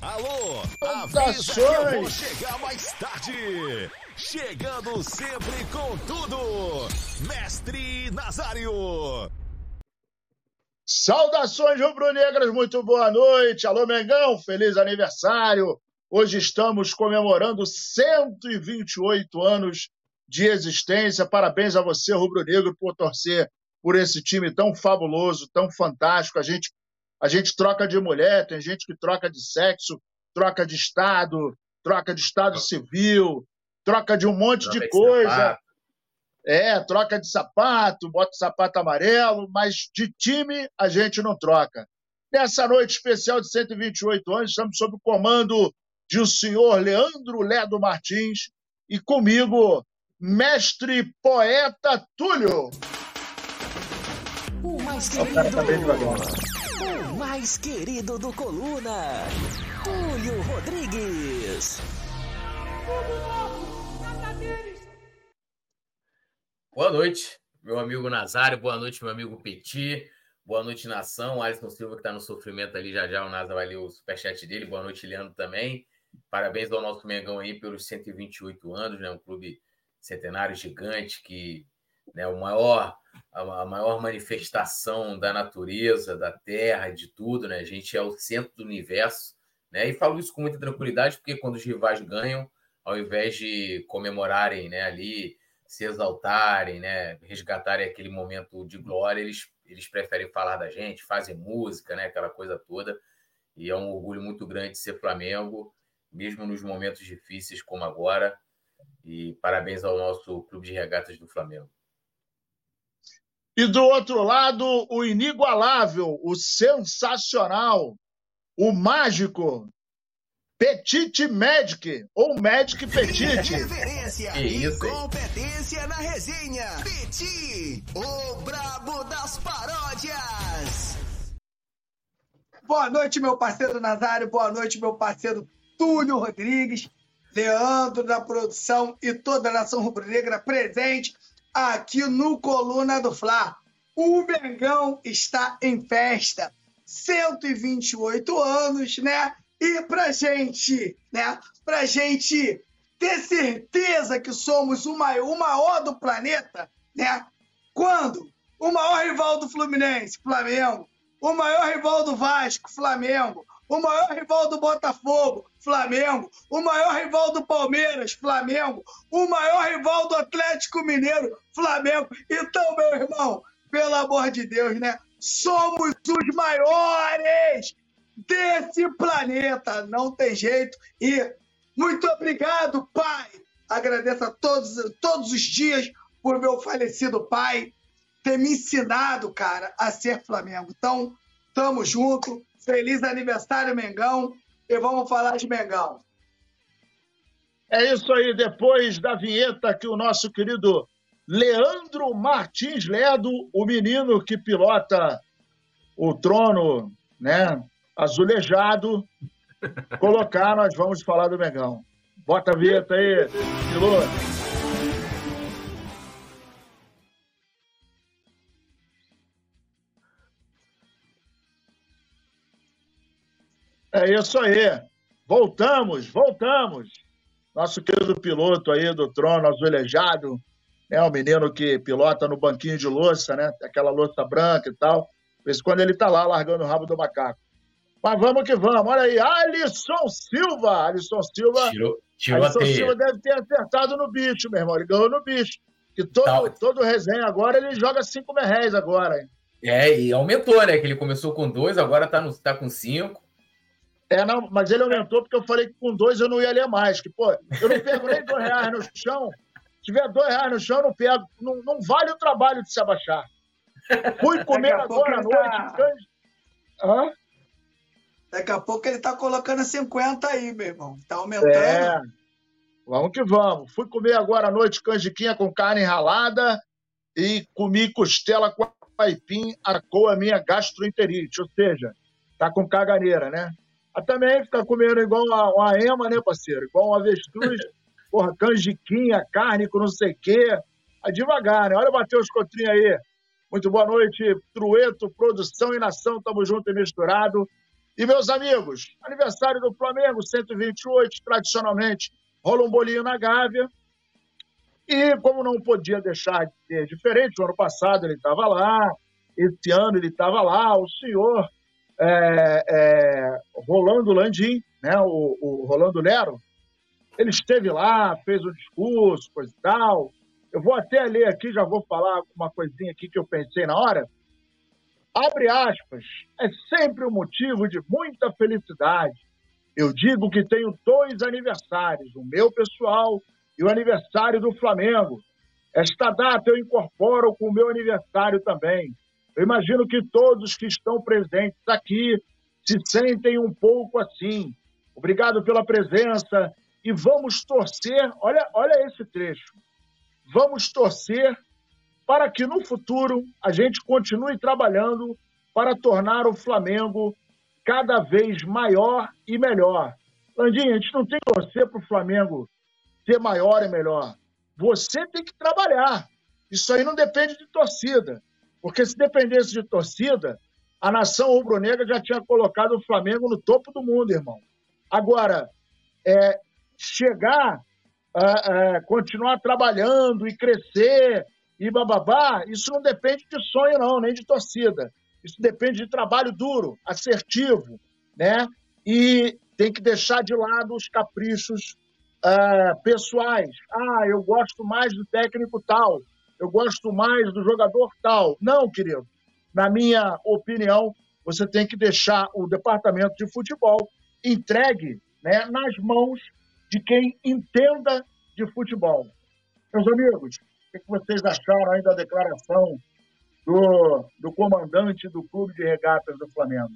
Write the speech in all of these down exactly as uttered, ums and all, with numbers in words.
Alô, avisa que eu vou chegar mais tarde. Chegando sempre com tudo, Mestre Nazário. Saudações rubro-negras, muito boa noite. Alô, Mengão, feliz aniversário. Hoje estamos comemorando cento e vinte e oito anos de existência. Parabéns a você, rubro-negro, por torcer por esse time tão fabuloso, tão fantástico. A gente, a gente troca de mulher, tem gente que troca de sexo, troca de estado, troca de estado civil, troca de um monte troca de coisa. É, troca de sapato, bota o sapato amarelo, mas de time a gente não troca. Nessa noite especial de cento e vinte e oito anos, estamos sob o comando de o senhor Leandro Ledo Martins e comigo, mestre poeta Túlio. O mais querido, o mais querido do Coluna, Túlio Rodrigues. Boa noite, meu amigo Nazário, boa noite, meu amigo Petit, boa noite, nação. O Alisson Silva que está no sofrimento ali, já já o Nasa vai ler o superchat dele, boa noite, Leandro, também. Parabéns ao nosso Mengão aí pelos cento e vinte e oito anos, né? Um clube centenário gigante, que né, o maior, a maior manifestação da natureza, da terra, de tudo, né? A gente é o centro do universo, né? E falo isso com muita tranquilidade, porque quando os rivais ganham, ao invés de comemorarem, né, ali, se exaltarem, né, resgatarem aquele momento de glória, eles, eles preferem falar da gente, fazem música, né, aquela coisa toda, e é um orgulho muito grande ser Flamengo, mesmo nos momentos difíceis como agora, e parabéns ao nosso Clube de Regatas do Flamengo. E do outro lado, o inigualável, o sensacional, o mágico, Petit Magic, ou Magic Petit. Reverência e competência na resenha. Petit, o brabo das paródias. Boa noite, meu parceiro Nazário. Boa noite, meu parceiro Túlio Rodrigues, Leandro da produção e toda a nação rubro-negra presente aqui no Coluna do Fla. O Mengão está em festa. cento e vinte e oito anos, né? E pra gente, né? Pra gente ter certeza que somos o maior, o maior do planeta, né? Quando o maior rival do Fluminense, Flamengo, o maior rival do Vasco, Flamengo, o maior rival do Botafogo, Flamengo, o maior rival do Palmeiras, Flamengo, o maior rival do Atlético Mineiro, Flamengo. Então, meu irmão, pelo amor de Deus, né? Somos os maiores desse planeta, não tem jeito. E muito obrigado, pai. Agradeço a todos, todos os dias por meu falecido pai ter me ensinado, cara, a ser Flamengo. Então, tamo junto. Feliz aniversário, Mengão. E vamos falar de Mengão. É isso aí. Depois da vinheta que o nosso querido Leandro Martins Ledo, o menino que pilota o trono, né, azulejado, colocar, nós vamos falar do Mengão. Bota a vinheta aí, piloto. É isso aí. Voltamos, voltamos. Nosso querido piloto aí do trono azulejado, né, o menino que pilota no banquinho de louça, né, aquela louça branca e tal. De vez em quando ele tá lá largando o rabo do macaco. Mas vamos que vamos. Olha aí, Alisson Silva. Alisson Silva. Tirou, tirou Alisson a teia. Silva deve ter acertado no bicho, meu irmão. Ele ganhou no bicho. Que todo, Tá. todo resenha agora, ele joga cinco merréis agora, hein? É, e aumentou, né? Que ele começou com dois, agora tá, no, tá com cinco. É, não, mas ele aumentou porque eu falei que com dois eu não ia ler mais. Que, pô, eu não pego nem dois reais no chão. Se tiver dois reais no chão, eu não pego. Não, não vale o trabalho de se abaixar. Fui comer agora à noite. Tá... Hã? Daqui a pouco ele tá colocando cinquenta aí, meu irmão. Tá aumentando. É. Vamos que vamos. Fui comer agora à noite canjiquinha com carne ralada e comi costela com aipim, arcou a minha gastroenterite. Ou seja, tá com caganeira, né? Mas também fica comendo igual uma, uma ema, né, parceiro? Igual um avestruz. Porra, canjiquinha, carne com não sei o quê. Aí devagar, né? Olha o Matheus Cotrinha aí. Muito boa noite, Trueto, produção e nação. Tamo junto e misturado. E, meus amigos, aniversário do Flamengo, cento e vinte e oito, tradicionalmente rola um bolinho na Gávea. E como não podia deixar de ser diferente, o ano passado ele estava lá, esse ano ele estava lá, o senhor é, é, Rolando Landim, né, o, o Rolando Nero, ele esteve lá, fez um discurso, coisa e tal. Eu vou até ler aqui, já vou falar uma coisinha aqui que eu pensei na hora. Abre aspas, é sempre um motivo de muita felicidade. Eu digo que tenho dois aniversários, o meu pessoal e o aniversário do Flamengo. Esta data eu incorporo com o meu aniversário também. Eu imagino que todos que estão presentes aqui se sentem um pouco assim. Obrigado pela presença e vamos torcer, olha, olha esse trecho, vamos torcer para que no futuro a gente continue trabalhando para tornar o Flamengo cada vez maior e melhor. Landinho, a gente não tem que torcer para o Flamengo ser maior e melhor. Você tem que trabalhar. Isso aí não depende de torcida. Porque se dependesse de torcida, a nação rubro-negra já tinha colocado o Flamengo no topo do mundo, irmão. Agora, é, chegar, é, é, continuar trabalhando e crescer e bababá, isso não depende de sonho, não, nem de torcida. Isso depende de trabalho duro, assertivo, né? E tem que deixar de lado os caprichos uh, pessoais. Ah, eu gosto mais do técnico tal, eu gosto mais do jogador tal. Não, querido. Na minha opinião, você tem que deixar o departamento de futebol entregue, né, nas mãos de quem entenda de futebol. Meus amigos, o que vocês acharam aí da declaração do, do comandante do Clube de Regatas do Flamengo?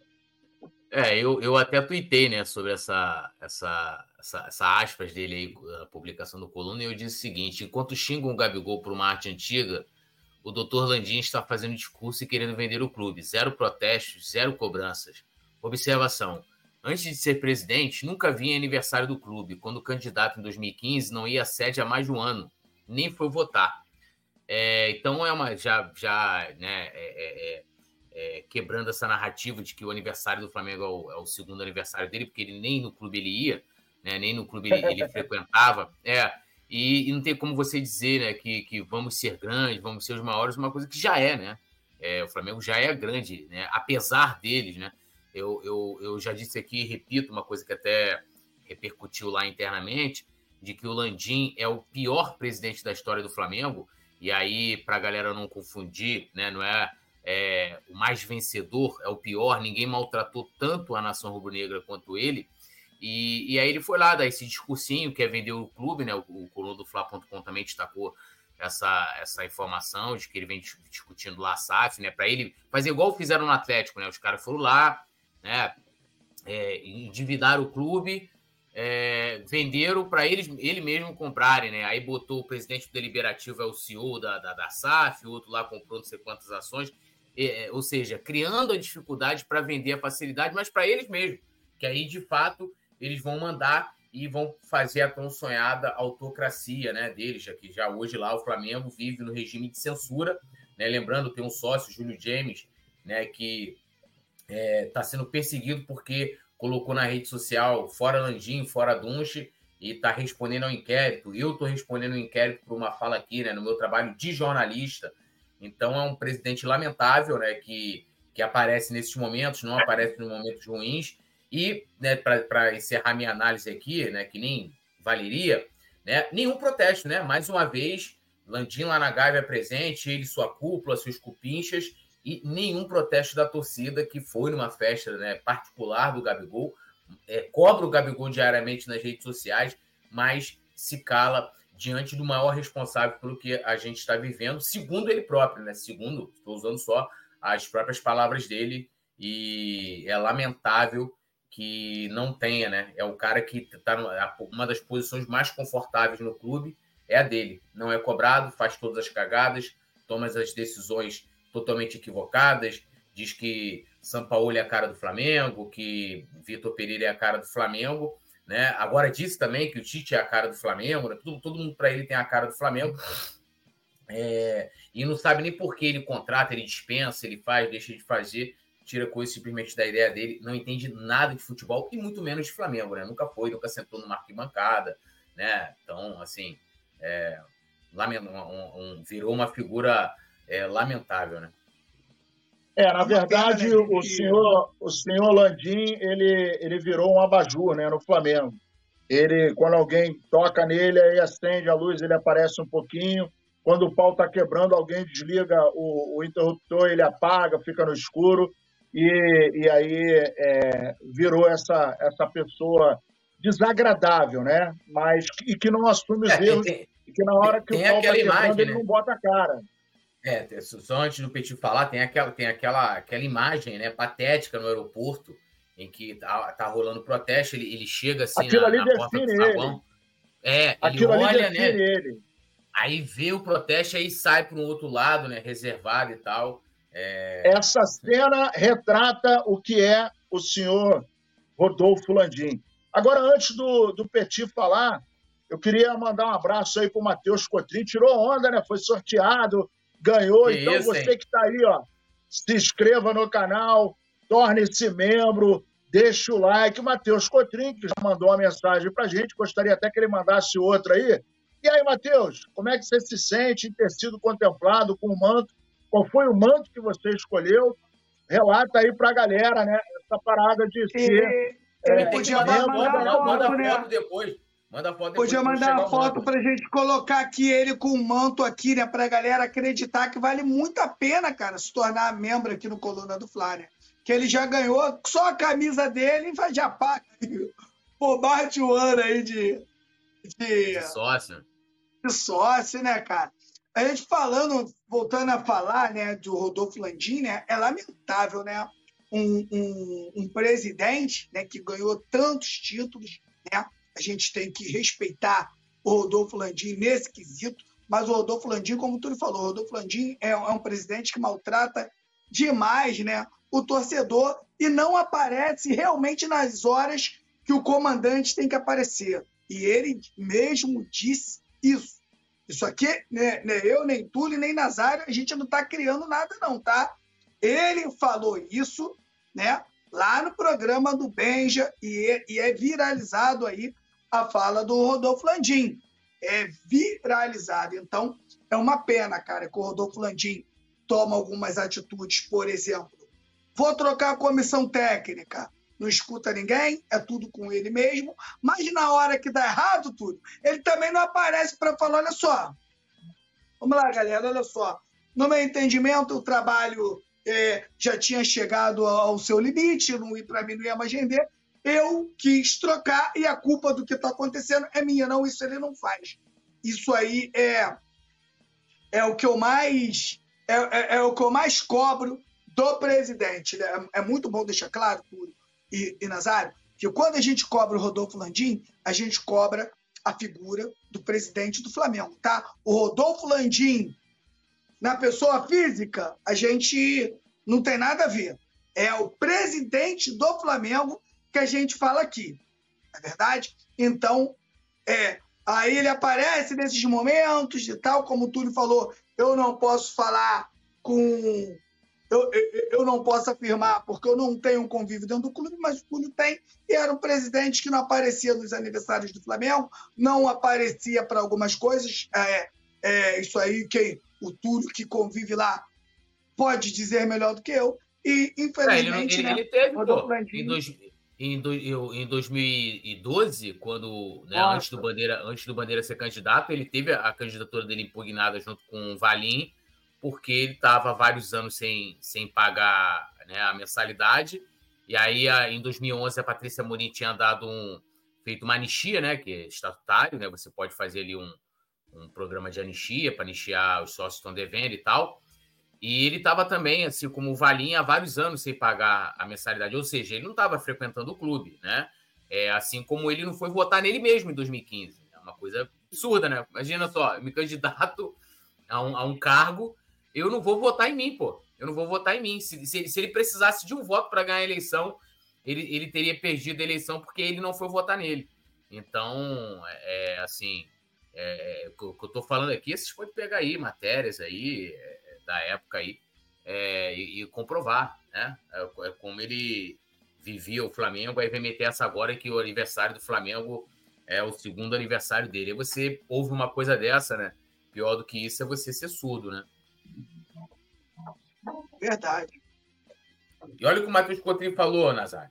É, eu, eu até tuitei, né, sobre essa, essa, essa, essa aspas dele aí, a publicação do Coluna, e eu disse o seguinte: enquanto xingam o Gabigol por uma arte antiga, o doutor Landim está fazendo discurso e querendo vender o clube. Zero protestos, zero cobranças. Observação: antes de ser presidente, nunca vi aniversário do clube, quando o candidato em dois mil e quinze não ia à sede há mais de um ano, nem foi votar. É, então, é uma já, já né, é, é, é, quebrando essa narrativa de que o aniversário do Flamengo é o, é o segundo aniversário dele, porque ele nem no clube ele ia, né, nem no clube ele, ele frequentava. É, e, e não tem como você dizer, né, que, que vamos ser grandes, vamos ser os maiores, uma coisa que já é, né? É, o Flamengo já é grande, né? Apesar deles, né? Eu, eu, eu já disse aqui e repito uma coisa que até repercutiu lá internamente, de que o Landim é o pior presidente da história do Flamengo. E aí, para a galera não confundir, né, não é, é o mais vencedor, é o pior, ninguém maltratou tanto a nação rubro-negra quanto ele. E, e aí ele foi lá dar esse discursinho, que é vender o clube, né? O, o coluna do Fla ponto com também destacou essa, essa informação de que ele vem discutindo lá a S A F, né? Para ele fazer igual fizeram no Atlético, né? Os caras foram lá, né? É, endividaram o clube, É, venderam para eles ele mesmo comprarem, né? Aí botou o presidente do deliberativo, é o C E O da, da, da S A F, o outro lá comprou não sei quantas ações, é, ou seja, criando a dificuldade para vender a facilidade, mas para eles mesmos, que aí de fato eles vão mandar e vão fazer a tão sonhada autocracia, né, deles, já que já hoje lá o Flamengo vive no regime de censura, né? Lembrando, tem um sócio, Júlio James, né, que está é, sendo perseguido porque colocou na rede social fora Landim, fora Dunche, e está respondendo ao inquérito. Eu estou respondendo ao inquérito por uma fala aqui, né, no meu trabalho de jornalista. Então, é um presidente lamentável, né, que, que aparece nesses momentos, não aparece nos momentos ruins. E, né, para encerrar minha análise aqui, né, que nem valeria, né, nenhum protesto, né? Mais uma vez, Landim lá na Gávea presente, ele, sua cúpula, seus cupinchas, e nenhum protesto da torcida, que foi numa festa, né, particular do Gabigol, é, cobra o Gabigol diariamente nas redes sociais, mas se cala diante do maior responsável pelo que a gente está vivendo, segundo ele próprio, né? Segundo, estou usando só as próprias palavras dele, e é lamentável que não tenha, né? É o cara que está uma das posições mais confortáveis no clube, é a dele. Não é cobrado, faz todas as cagadas, toma as decisões totalmente equivocadas, diz que Sampaoli é a cara do Flamengo, que Vitor Pereira é a cara do Flamengo, né? Agora disse também que o Tite é a cara do Flamengo, né? todo, todo mundo para ele tem a cara do Flamengo, é, e não sabe nem por que ele contrata, ele dispensa, ele faz, deixa de fazer. tira coisa simplesmente da ideia dele, não entende nada de futebol e muito menos de Flamengo, né? Nunca foi, nunca sentou numa arquibancada, né? Então, assim, é, lament... um, um, virou uma figura é, lamentável, né? É, na verdade, o senhor, o senhor Landim, ele, ele virou um abajur, né, no Flamengo. Ele, quando alguém toca nele, aí acende a luz, ele aparece um pouquinho. Quando o pau está quebrando, alguém desliga o, o interruptor, ele apaga, fica no escuro. E, e aí é, virou essa, essa pessoa desagradável, né? Mas e que não assume os é, erros, tem, e que na hora que tem o pau está quebrando, imagem, ele né? não bota a cara. É, só antes do Petit falar, tem aquela, tem aquela, aquela imagem, né, patética no aeroporto, em que tá, tá rolando protesto, ele, ele chega assim Aquilo na, ali na porta do saguão. É, ele Aquilo olha, ali né? Ele. Aí vê o protesto, aí sai para um outro lado, né? Reservado e tal. É... Essa cena retrata o que é o senhor Rodolfo Landim. Agora, antes do, do Petit falar, eu queria mandar um abraço aí para o Matheus Cotrim. Tirou onda, né? Foi sorteado, ganhou. Que então, isso, você hein? que está aí, ó, se inscreva no canal, torne-se membro, deixa o like. O Matheus Cotrim, que já mandou uma mensagem para a gente, gostaria até que ele mandasse outra aí. E aí, Matheus, como é que você se sente em ter sido contemplado com o manto? Qual foi o manto que você escolheu? Relata aí para a galera, né? Essa parada de ser... Ele é, podia mandar mandar foto, foto, manda né? foto depois. Manda foto depois. Podia mandar a foto para a gente colocar aqui ele com o manto aqui, né? Para a galera acreditar que vale muito a pena, cara, se tornar membro aqui no Coluna do Fla, né? Que ele já ganhou só a camisa dele e já paga. Pô, bate o ano aí de... De, de sócio. De sócio, né, cara? A gente falando, voltando a falar, né, do Rodolfo Landim, né? É lamentável, né? Um, um, um presidente, né, que ganhou tantos títulos, né? A gente tem que respeitar o Rodolfo Landim nesse quesito, mas o Rodolfo Landim, como tu falou, o Rodolfo Landim é, é um presidente que maltrata demais, né, o torcedor e não aparece realmente nas horas que o comandante tem que aparecer. E ele mesmo disse isso. Isso aqui, né, né, eu, nem Túlio, nem Nazário, a gente não está criando nada não, tá? Ele falou isso, né, lá no programa do Benja e, e é viralizado aí a fala do Rodolfo Landim. É viralizado. Então, é uma pena, cara, que o Rodolfo Landim toma algumas atitudes, por exemplo, vou trocar a comissão técnica, não escuta ninguém, é tudo com ele mesmo, mas na hora que dá errado tudo, ele também não aparece para falar, olha só, vamos lá, galera, olha só, no meu entendimento, o trabalho é, já tinha chegado ao seu limite, não, para mim não ia mais render, eu quis trocar e a culpa do que está acontecendo é minha, não, isso ele não faz. Isso aí é, é o que eu mais é, é, é o que eu mais cobro do presidente. É, é muito bom deixar claro, Túlio e, e Nazário, que quando a gente cobra o Rodolfo Landim, a gente cobra a figura do presidente do Flamengo, tá? O Rodolfo Landim, na pessoa física, a gente não tem nada a ver. É o presidente do Flamengo que a gente fala aqui, não é verdade? Então, é, aí ele aparece nesses momentos e tal, como o Túlio falou, eu não posso falar com... Eu, eu, eu não posso afirmar, porque eu não tenho um convívio dentro do clube, mas o Túlio tem, e era um presidente que não aparecia nos aniversários do Flamengo, não aparecia para algumas coisas, é, é, isso aí, quem, o Túlio que convive lá pode dizer melhor do que eu, e infelizmente... É, ele, né, ele teve, pô, Landim, em dois... Em, do, em dois mil e doze, quando, né, antes, do Bandeira, antes do Bandeira ser candidato, ele teve a candidatura dele impugnada junto com o Valim, porque ele estava há vários anos sem, sem pagar, né, a mensalidade. E aí, em dois mil e onze, a Patrícia Amorim tinha dado um, feito uma anistia, né, que é estatutário, né, você pode fazer ali um, um programa de anistia para anistiar os sócios que estão devendo e tal. E ele estava também, assim como o Valim, há vários anos sem pagar a mensalidade. Ou seja, ele não estava frequentando o clube, né? É, assim como ele não foi votar nele mesmo em dois mil e quinze. É uma coisa absurda, né? Imagina só, eu me candidato a um, a um cargo, eu não vou votar em mim, pô. Eu não vou votar em mim. Se, se, se ele precisasse de um voto para ganhar a eleição, ele, ele teria perdido a eleição porque ele não foi votar nele. Então, é, assim, é, o que eu estou falando aqui, vocês podem pegar aí matérias aí... É, da época aí, é, e, e comprovar, né? É, é como ele vivia o Flamengo, aí vem meter essa agora que o aniversário do Flamengo é o segundo aniversário dele. Aí você ouve uma coisa dessa, né? Pior do que isso é você ser surdo, né? Verdade. E olha o que o Matheus Coutinho falou, Nazário.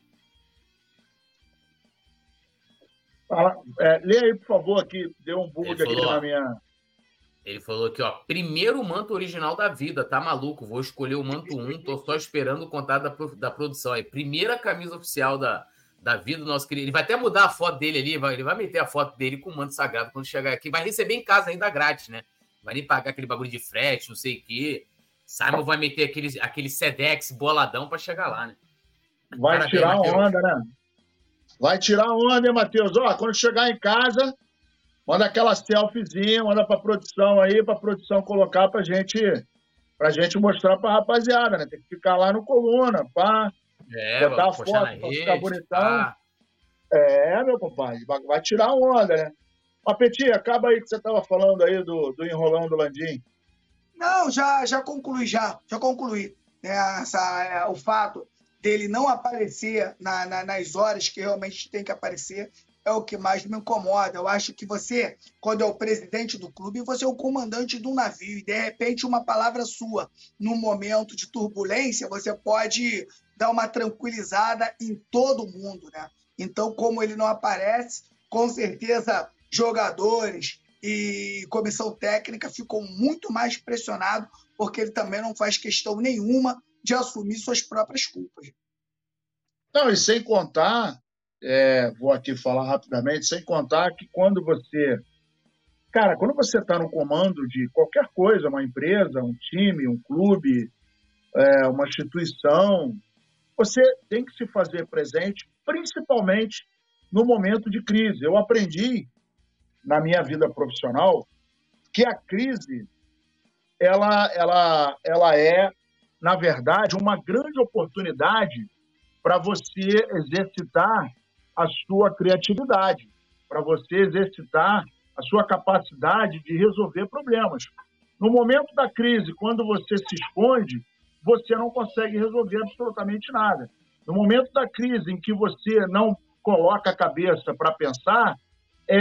Ah, é, lê aí, por favor, aqui. Deu um bug Ele aqui falou, na minha... Ele falou aqui, ó, primeiro manto original da vida, tá maluco? Vou escolher o manto um, tô só esperando o contato da, da produção. Aí, primeira camisa oficial da, da vida do nosso querido. Ele vai até mudar a foto dele ali, vai, ele vai meter a foto dele com o manto sagrado quando chegar aqui. Vai receber em casa ainda grátis, né? Vai nem pagar aquele bagulho de frete, não sei o quê. Simon vai meter aquele, aquele Sedex boladão pra chegar lá, né? Vai Parabéns, tirar Matheus. onda, né? Vai tirar onda, hein, Matheus? Ó, quando chegar em casa, manda aquela selfiezinha, manda pra produção aí, pra produção colocar pra gente, pra gente mostrar pra rapaziada, né? Tem que ficar lá no coluna, pá. É, botar a postar foto na pra rede, ficar bonitão. pá. É, meu compadre, vai, vai tirar onda, né? Ó, Petit, acaba aí que você tava falando aí do, do enrolão do Landim. Não, já, já concluí, já, já concluí. Né, essa, é, o fato dele não aparecer na, na, nas horas que realmente tem que aparecer é o que mais me incomoda. Eu acho que você, quando é o presidente do clube, você é o comandante de um navio e, de repente, uma palavra sua, num momento de turbulência, você pode dar uma tranquilizada em todo mundo, né? Então, como ele não aparece, com certeza, jogadores e comissão técnica ficam muito mais pressionados, porque ele também não faz questão nenhuma de assumir suas próprias culpas. Não, e sem contar, é, vou aqui falar rapidamente, sem contar que quando você... Cara, quando você está no comando de qualquer coisa, uma empresa, um time, um clube, é, uma instituição, você tem que se fazer presente, principalmente no momento de crise. Eu aprendi, na minha vida profissional, que a crise ela, ela, ela é, na verdade, uma grande oportunidade para você exercitar a sua criatividade, para você exercitar a sua capacidade de resolver problemas. No momento da crise, quando você se esconde, você não consegue resolver absolutamente nada. No momento da crise em que você não coloca a cabeça para pensar, é,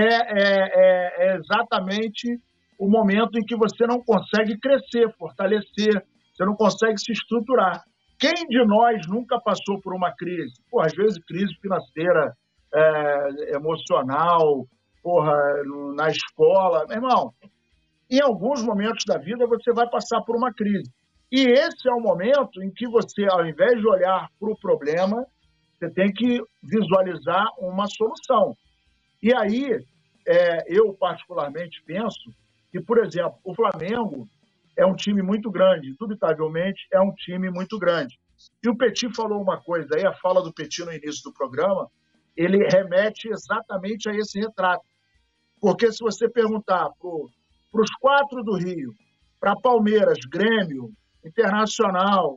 é, é exatamente o momento em que você não consegue crescer, fortalecer, você não consegue se estruturar. Quem de nós nunca passou por uma crise? Pô, às vezes crise financeira, é, emocional, porra, na escola. Meu irmão, em alguns momentos da vida você vai passar por uma crise. E esse é o momento em que você, ao invés de olhar para o problema, você tem que visualizar uma solução. E aí, é, eu particularmente penso que, por exemplo, o Flamengo é um time muito grande, indubitavelmente é um time muito grande. E o Petit falou uma coisa aí, a fala do Petit no início do programa, ele remete exatamente a esse retrato. Porque se você perguntar para os quatro do Rio, para Palmeiras, Grêmio, Internacional,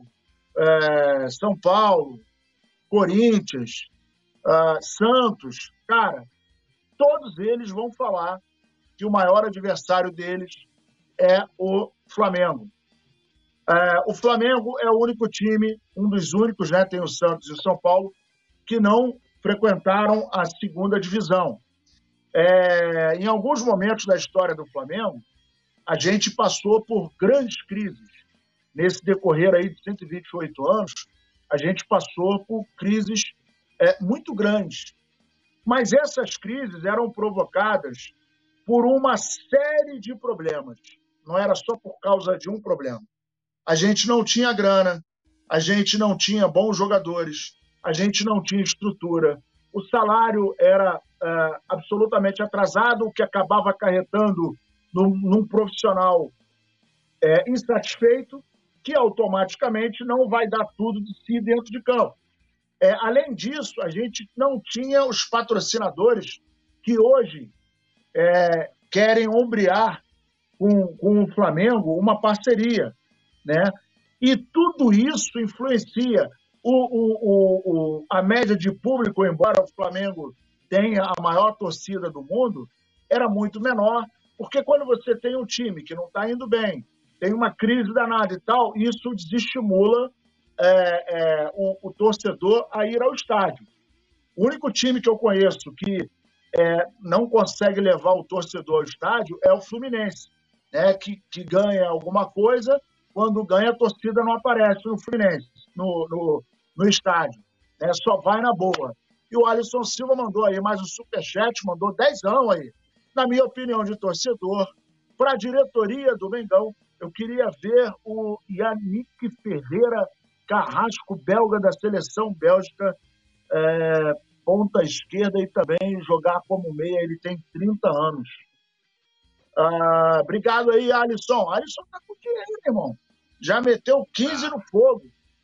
é, São Paulo, Corinthians, uh, Santos, cara, todos eles vão falar que o maior adversário deles é o Flamengo. É, o Flamengo é o único time, um dos únicos, né, tem o Santos e o São Paulo, que não frequentaram a segunda divisão. É, em alguns momentos da história do Flamengo, a gente passou por grandes crises. Nesse decorrer aí de cento e vinte e oito anos, a gente passou por crises é, muito grandes. Mas essas crises eram provocadas por uma série de problemas. Não era só por causa de um problema. A gente não tinha grana, a gente não tinha bons jogadores, a gente não tinha estrutura, o salário era é, absolutamente atrasado, o que acabava acarretando num, num profissional é, insatisfeito, que automaticamente não vai dar tudo de si dentro de campo. É, além disso, a gente não tinha os patrocinadores que hoje é, querem ombrear com, com o Flamengo uma parceria, né? E tudo isso influencia. O, o, o, o, a média de público, embora o Flamengo tenha a maior torcida do mundo, era muito menor, porque quando você tem um time que não está indo bem, tem uma crise danada e tal, e isso desestimula é, é, o, o torcedor a ir ao estádio. O único time que eu conheço que é, não consegue levar o torcedor ao estádio é o Fluminense, né, que, que ganha alguma coisa, quando ganha a torcida não aparece no Fluminense, no, no, no estádio, né, só vai na boa. E o Alisson Silva mandou aí mais um superchat, mandou dezão aí. Na minha opinião de torcedor, para a diretoria do Mengão, eu queria ver o Yannick Ferreira Carrasco, belga da seleção bélgica, é, ponta esquerda e também jogar como meia. Ele tem trinta anos. Ah, obrigado aí, Alisson. Alisson tá com dinheiro, irmão. Já meteu quinze ah. no fogo.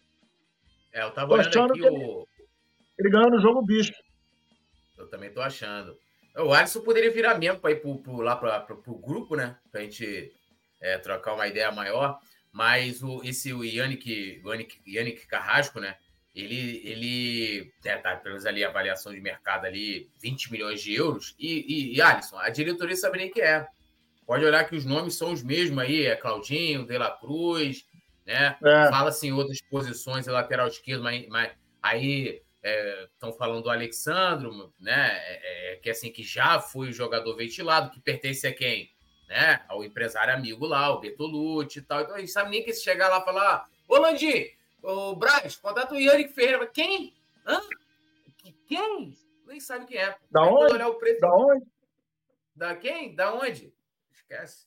É, eu tava olhando aqui que o... Ele, ele ganhou no jogo bicho. Eu também tô achando. O Alisson poderia virar mesmo para ir pro, pro, lá para o grupo, né? Pra gente é, trocar uma ideia maior. Mas o, esse o Yannick, o Yannick, Yannick Carrasco, né? Ele, ele é, tá, pelo menos ali, a avaliação de mercado ali, vinte milhões de euros. E, e, e Alisson, a diretoria sabe nem que é. Pode olhar que os nomes são os mesmos aí, é Claudinho, De La Cruz, né? É. Fala-se em outras posições, lateral esquerdo, mas, mas aí estão é, falando do Alexandro, né? É, é, que assim, que já foi o jogador ventilado, que pertence a quem? Né? Ao empresário amigo lá, o Bertolucci e tal. Então a gente sabe nem que se chegar lá e falar, ô Landim, ô Braz, contrata o Yannick Ferreira. Quem? Hã? Quem? Nem sabe quem é. Da aí, onde? Olhar o preço... Da onde? Da quem? Da onde? Esquece.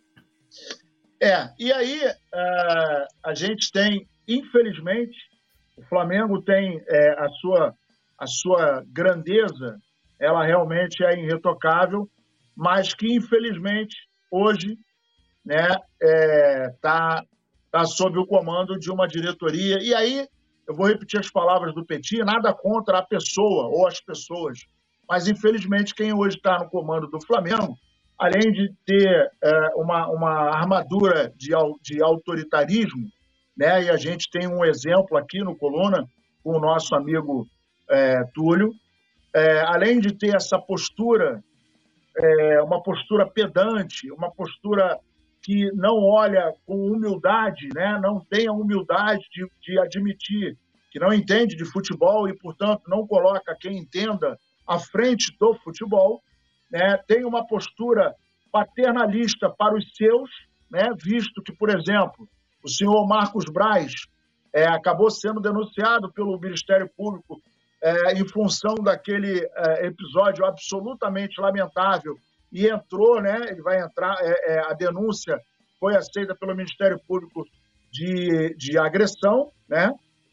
É, e aí uh, a gente tem, infelizmente, o Flamengo tem é, a, sua, a sua grandeza, ela realmente é irretocável, mas que, infelizmente, hoje né, é, tá, tá sob o comando de uma diretoria. E aí, eu vou repetir as palavras do Petit, nada contra a pessoa ou as pessoas, mas, infelizmente, quem hoje está no comando do Flamengo, além de ter é, uma, uma armadura de, de autoritarismo, né, e a gente tem um exemplo aqui no Coluna, com o nosso amigo é, Túlio, é, além de ter essa postura, é, uma postura pedante, uma postura que não olha com humildade, né, não tem a humildade de, de admitir que não entende de futebol e, portanto, não coloca quem entenda à frente do futebol, né, tem uma postura paternalista para os seus, né, visto que, por exemplo, o senhor Marcos Braz é, acabou sendo denunciado pelo Ministério Público é, em função daquele é, episódio absolutamente lamentável e entrou, né, ele vai entrar, é, é, a denúncia foi aceita pelo Ministério Público de, de agressão, né,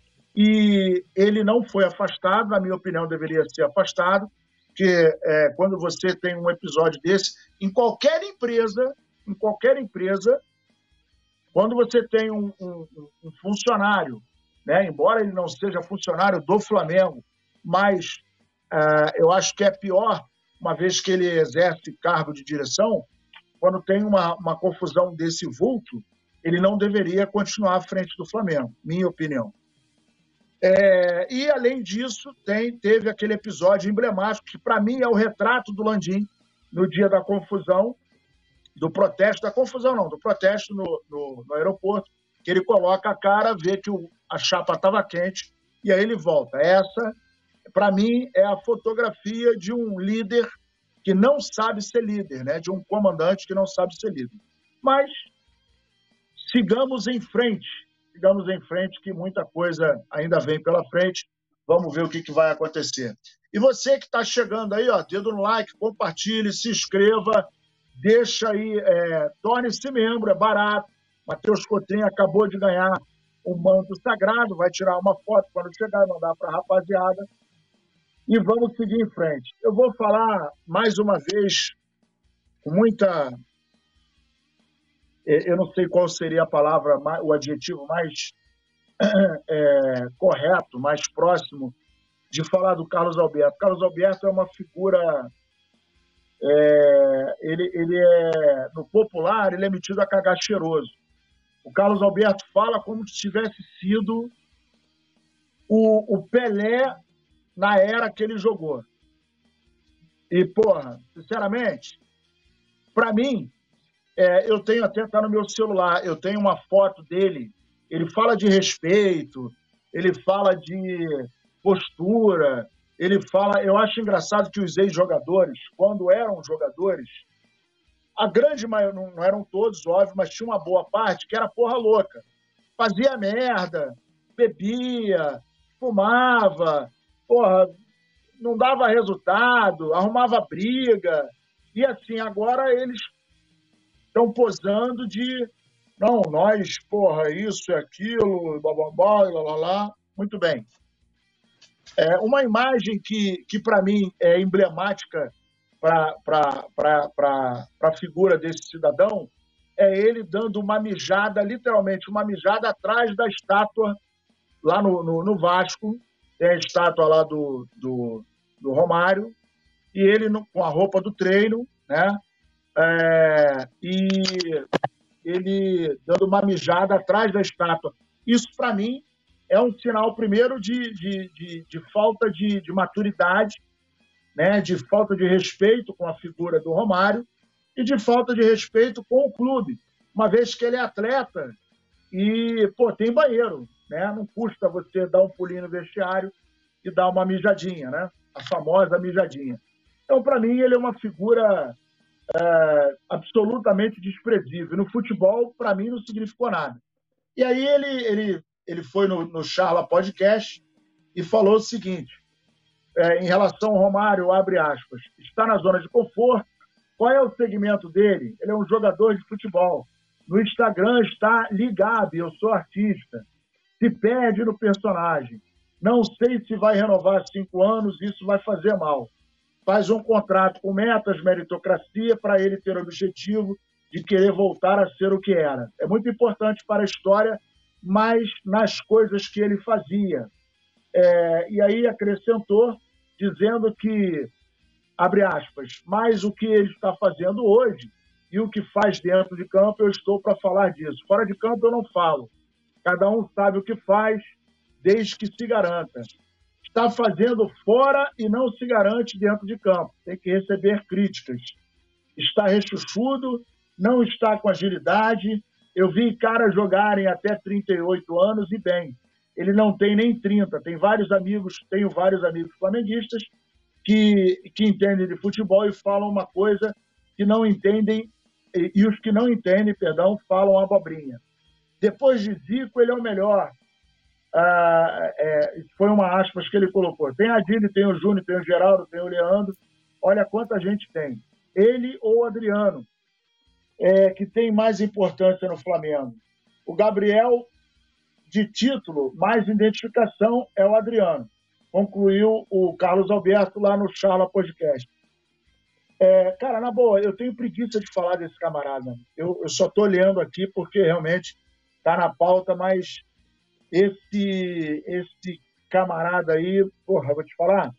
e ele não foi afastado, na minha opinião deveria ser afastado, porque é, quando você tem um episódio desse, em qualquer empresa, em qualquer empresa, quando você tem um, um, um funcionário, né, embora ele não seja funcionário do Flamengo, mas uh, eu acho que é pior, uma vez que ele exerce cargo de direção, quando tem uma, uma confusão desse vulto, ele não deveria continuar à frente do Flamengo, minha opinião. É, e, além disso, tem, teve aquele episódio emblemático, que, para mim, é o retrato do Landim no dia da confusão, do protesto, da confusão não, do protesto no, no, no aeroporto, que ele coloca a cara, vê que o, a chapa estava quente, e aí ele volta. Essa, para mim, é a fotografia de um líder que não sabe ser líder, né? De um comandante que não sabe ser líder. Mas sigamos em frente, sigamos em frente, que muita coisa ainda vem pela frente. Vamos ver o que, que vai acontecer. E você que está chegando aí, ó, dedo no like, compartilhe, se inscreva, deixa aí, é, torne-se membro, é barato. Matheus Cotrim acabou de ganhar um manto sagrado, vai tirar uma foto quando chegar e mandar para a rapaziada. E vamos seguir em frente. Eu vou falar mais uma vez com muita... Eu não sei qual seria a palavra, o adjetivo mais é, correto, mais próximo de falar do Carlos Alberto. Carlos Alberto é uma figura... É, ele, ele é, no popular, ele é metido a cagar cheiroso. O Carlos Alberto fala como se tivesse sido o, o Pelé na era que ele jogou. E, porra, sinceramente, para mim, É, eu tenho até, tá no meu celular, eu tenho uma foto dele, ele fala de respeito, ele fala de postura, ele fala... Eu acho engraçado que os ex-jogadores, quando eram jogadores, a grande maioria, não eram todos, óbvio, mas tinha uma boa parte que era porra louca. Fazia merda, bebia, fumava, porra, não dava resultado, arrumava briga. E assim, agora eles estão posando de não, nós, porra, isso e aquilo, blá, blá, blá, blá, blá, blá. Muito bem. É uma imagem que, que para mim, é emblemática para a figura desse cidadão é ele dando uma mijada, literalmente, uma mijada atrás da estátua lá no, no, no Vasco. Tem a estátua lá do, do, do Romário, e ele no, com a roupa do treino, né? É, e ele dando uma mijada atrás da estátua. Isso, para mim, é um sinal, primeiro, de, de, de, de falta de, de maturidade, né? De falta de respeito com a figura do Romário e de falta de respeito com o clube, uma vez que ele é atleta e, pô, tem banheiro, né? Não custa você dar um pulinho no vestiário e dar uma mijadinha, né? A famosa mijadinha. Então, para mim, ele é uma figura é, absolutamente desprezível. No futebol, para mim, não significou nada. E aí ele, ele, ele foi no, no Charla Podcast e falou o seguinte, é, em relação ao Romário, abre aspas, está na zona de conforto. Qual é o segmento dele? Ele é um jogador de futebol. No Instagram está ligado, eu sou artista. Se perde no personagem. Não sei se vai renovar cinco anos, isso vai fazer mal. Faz um contrato com metas, meritocracia, para ele ter o objetivo de querer voltar a ser o que era. É muito importante para a história, mas nas coisas que ele fazia. É, e aí acrescentou, dizendo que, abre aspas, mas o que ele está fazendo hoje e o que faz dentro de campo, eu estou para falar disso. Fora de campo eu não falo. Cada um sabe o que faz, desde que se garanta. Está fazendo fora e não se garante dentro de campo. Tem que receber críticas. Está rechuchudo, não está com agilidade. Eu vi caras jogarem até trinta e oito anos e bem. Ele não tem nem trinta. Tem vários amigos, tenho vários amigos flamenguistas que, que entendem de futebol e falam uma coisa que não entendem, e, e os que não entendem, perdão, falam abobrinha. Depois de Zico, ele é o melhor. Ah, é, foi uma aspas que ele colocou. Tem a Dini, tem o Júnior, tem o Geraldo, tem o Leandro. Olha quanta gente tem. Ele ou o Adriano, é, que tem mais importância no Flamengo. O Gabriel, de título, mais identificação é o Adriano. Concluiu o Carlos Alberto lá no Charla Podcast. É, cara, na boa, eu tenho preguiça de falar desse camarada. Eu, eu só estou lendo aqui porque realmente está na pauta, mas esse, esse camarada aí, porra, vou te falar,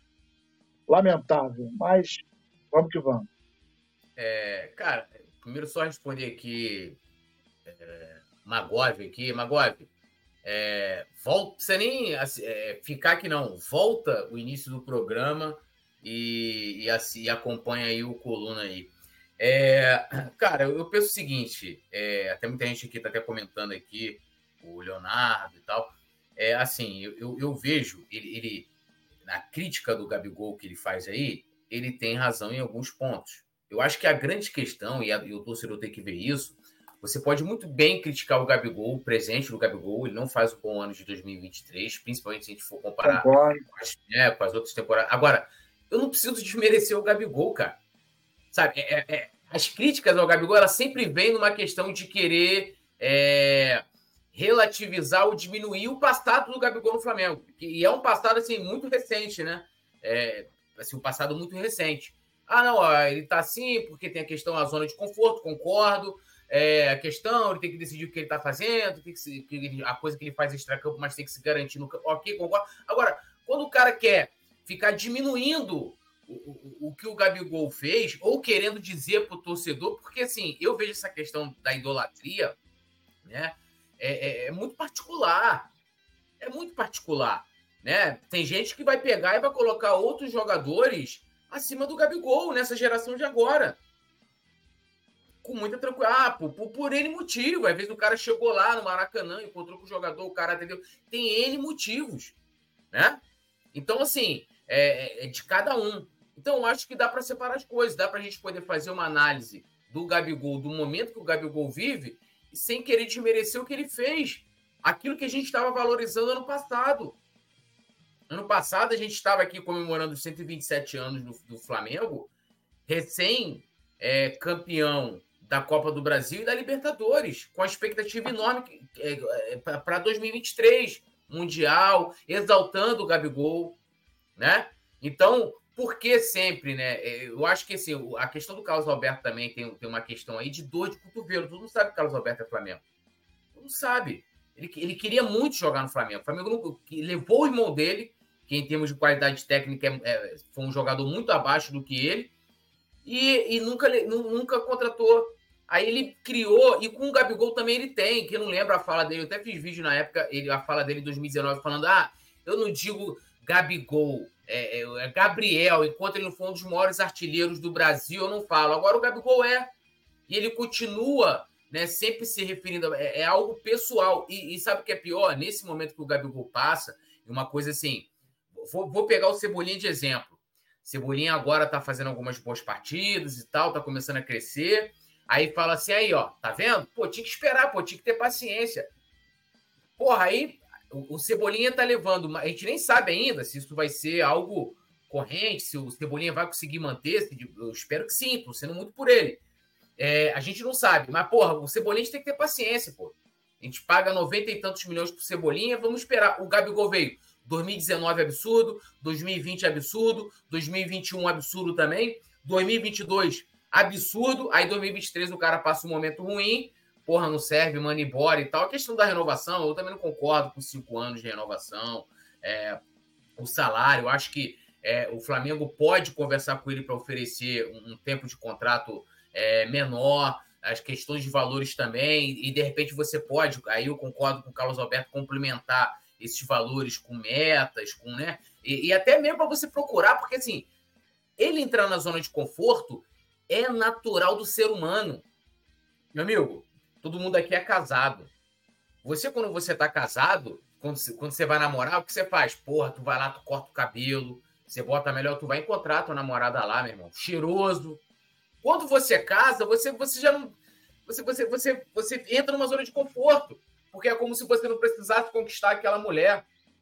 lamentável, mas vamos que vamos. É, cara, primeiro só responder aqui, é, Magov aqui, Magov, é, volta, não precisa nem é, ficar aqui não, volta o início do programa e, e, assim, e acompanha aí o Coluna aí. É, cara, eu penso o seguinte, é, até muita gente aqui está até comentando aqui, o Leonardo e tal, é, assim, eu, eu, eu vejo, ele, ele, na crítica do Gabigol que ele faz aí, ele tem razão em alguns pontos. Eu acho que a grande questão, e, a, e o torcedor tem que ver isso, você pode muito bem criticar o Gabigol, o presente do Gabigol, ele não faz um bom ano de dois mil e vinte e três, principalmente se a gente for comparar com as, né, com as outras temporadas. Agora, eu não preciso desmerecer o Gabigol, cara. Sabe, é, é, é, as críticas ao Gabigol, ela sempre vem numa questão de querer é, relativizar ou diminuir o passado do Gabigol no Flamengo. E é um passado, assim, muito recente, né? É, assim, um passado muito recente. Ah, não, ó, ele tá assim porque tem a questão da zona de conforto, concordo. É, a questão, ele tem que decidir o que ele tá fazendo, tem que se, que ele, a coisa que ele faz extra-campo, mas tem que se garantir no campo. Ok, concordo. Agora, quando o cara quer ficar diminuindo o, o, o que o Gabigol fez, ou querendo dizer pro torcedor, porque assim, eu vejo essa questão da idolatria, né? É, é, é muito particular. É muito particular, né? Tem gente que vai pegar e vai colocar outros jogadores acima do Gabigol nessa geração de agora. com muita tranquilidade. Ah, por, por, por N motivo. Às vezes o cara chegou lá no Maracanã, encontrou com o jogador, o cara atendeu. Tem N motivos, né? Então, assim, é, é de cada um. Então, eu acho que dá para separar as coisas. Dá para a gente poder fazer uma análise do Gabigol, do momento que o Gabigol vive, sem querer desmerecer o que ele fez. Aquilo que a gente estava valorizando ano passado. Ano passado, a gente estava aqui comemorando os cento e vinte e sete anos do, do Flamengo, recém é, campeão da Copa do Brasil e da Libertadores, com a expectativa enorme é, é, para dois mil e vinte e três, Mundial, exaltando o Gabigol, né? Então, por que sempre, né? Eu acho que assim, a questão do Carlos Alberto também tem, tem uma questão aí de dor de cotovelo. Todo mundo sabe que o Carlos Alberto é Flamengo. Todo mundo sabe. Ele, ele queria muito jogar no Flamengo. O Flamengo não, levou o irmão dele, que em termos de qualidade técnica é, é, foi um jogador muito abaixo do que ele, e, e nunca, nunca contratou. Aí ele criou, e com o Gabigol também ele tem, que eu não lembro a fala dele, eu até fiz vídeo na época, ele, a fala dele em dois mil e dezenove, falando, ah, eu não digo Gabigol, é, é Gabriel, enquanto ele não for um dos maiores artilheiros do Brasil, eu não falo. Agora o Gabigol é, e ele continua, né, sempre se referindo, é, é algo pessoal. E, e sabe o que é pior? Nesse momento que o Gabigol passa, uma coisa assim, vou, vou pegar o Cebolinha de exemplo. Cebolinha agora tá fazendo algumas boas partidas e tal, tá começando a crescer. Aí fala assim, aí, ó, tá vendo? Pô, tinha que esperar, pô, tinha que ter paciência. Porra, aí o, o Cebolinha tá levando, a gente nem sabe ainda se isso vai ser algo corrente, se o Cebolinha vai conseguir manter, eu espero que sim, tô sendo muito por ele. É, a gente não sabe, mas, porra, o Cebolinha tem que ter paciência, pô. A gente paga noventa e tantos milhões pro Cebolinha, vamos esperar. O Gabigol veio dois mil e dezenove absurdo, dois mil e vinte absurdo, dois mil e vinte e um absurdo também, dois mil e vinte e dois absurdo, aí dois mil e vinte e três o cara passa um momento ruim, porra, não serve, manda embora e tal. A questão da renovação, eu também não concordo com cinco anos de renovação, é, o salário, eu acho que é, o Flamengo pode conversar com ele para oferecer um, um tempo de contrato é, menor, as questões de valores também, e de repente você pode, aí eu concordo com o Carlos Alberto, complementar esses valores com metas, com, né, e, e até mesmo para você procurar, porque assim, ele entrar na zona de conforto é natural do ser humano. Meu amigo, todo mundo aqui é casado. Você, quando você está casado, quando você, quando você vai namorar, o que você faz? Porra, tu vai lá, tu corta o cabelo, você bota melhor, tu vai encontrar tua namorada lá, meu irmão, cheiroso. Quando você casa, você, você já não... Você, você, você, você entra numa zona de conforto, porque é como se você não precisasse conquistar aquela mulher.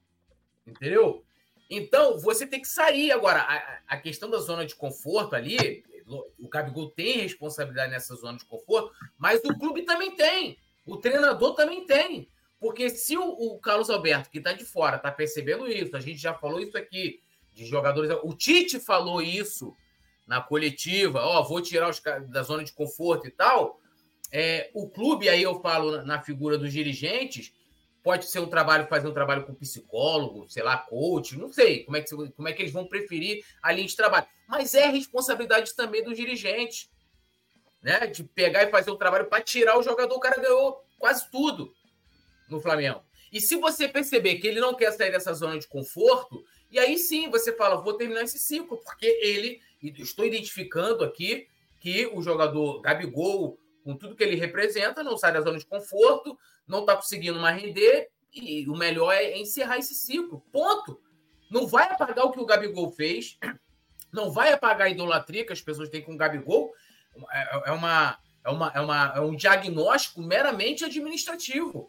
Entendeu? Então, você tem que sair. Agora, a, a questão da zona de conforto ali... O Gabigol tem responsabilidade nessa zona de conforto, mas o clube também tem. O treinador também tem. Porque se o, o Carlos Alberto, que está de fora, está percebendo isso, a gente já falou isso aqui, de jogadores... O Tite falou isso na coletiva, ó, oh, vou tirar os caras da zona de conforto e tal. É, o clube, aí eu falo na, na figura dos dirigentes, pode ser um trabalho, fazer um trabalho com psicólogo, sei lá, coach, não sei como é, que, como é que eles vão preferir a linha de trabalho. Mas é responsabilidade também dos dirigentes, né? De pegar e fazer um trabalho para tirar o jogador. O cara ganhou quase tudo no Flamengo. E se você perceber que ele não quer sair dessa zona de conforto, e aí sim você fala, vou terminar esse ciclo, porque ele, estou identificando aqui que o jogador Gabigol, com tudo que ele representa, não sai da zona de conforto, não está conseguindo mais render, e o melhor é encerrar esse ciclo. Ponto. Não vai apagar o que o Gabigol fez, não vai apagar a idolatria que as pessoas têm com o Gabigol. É, é, uma, é, uma, é, uma, é um diagnóstico meramente administrativo.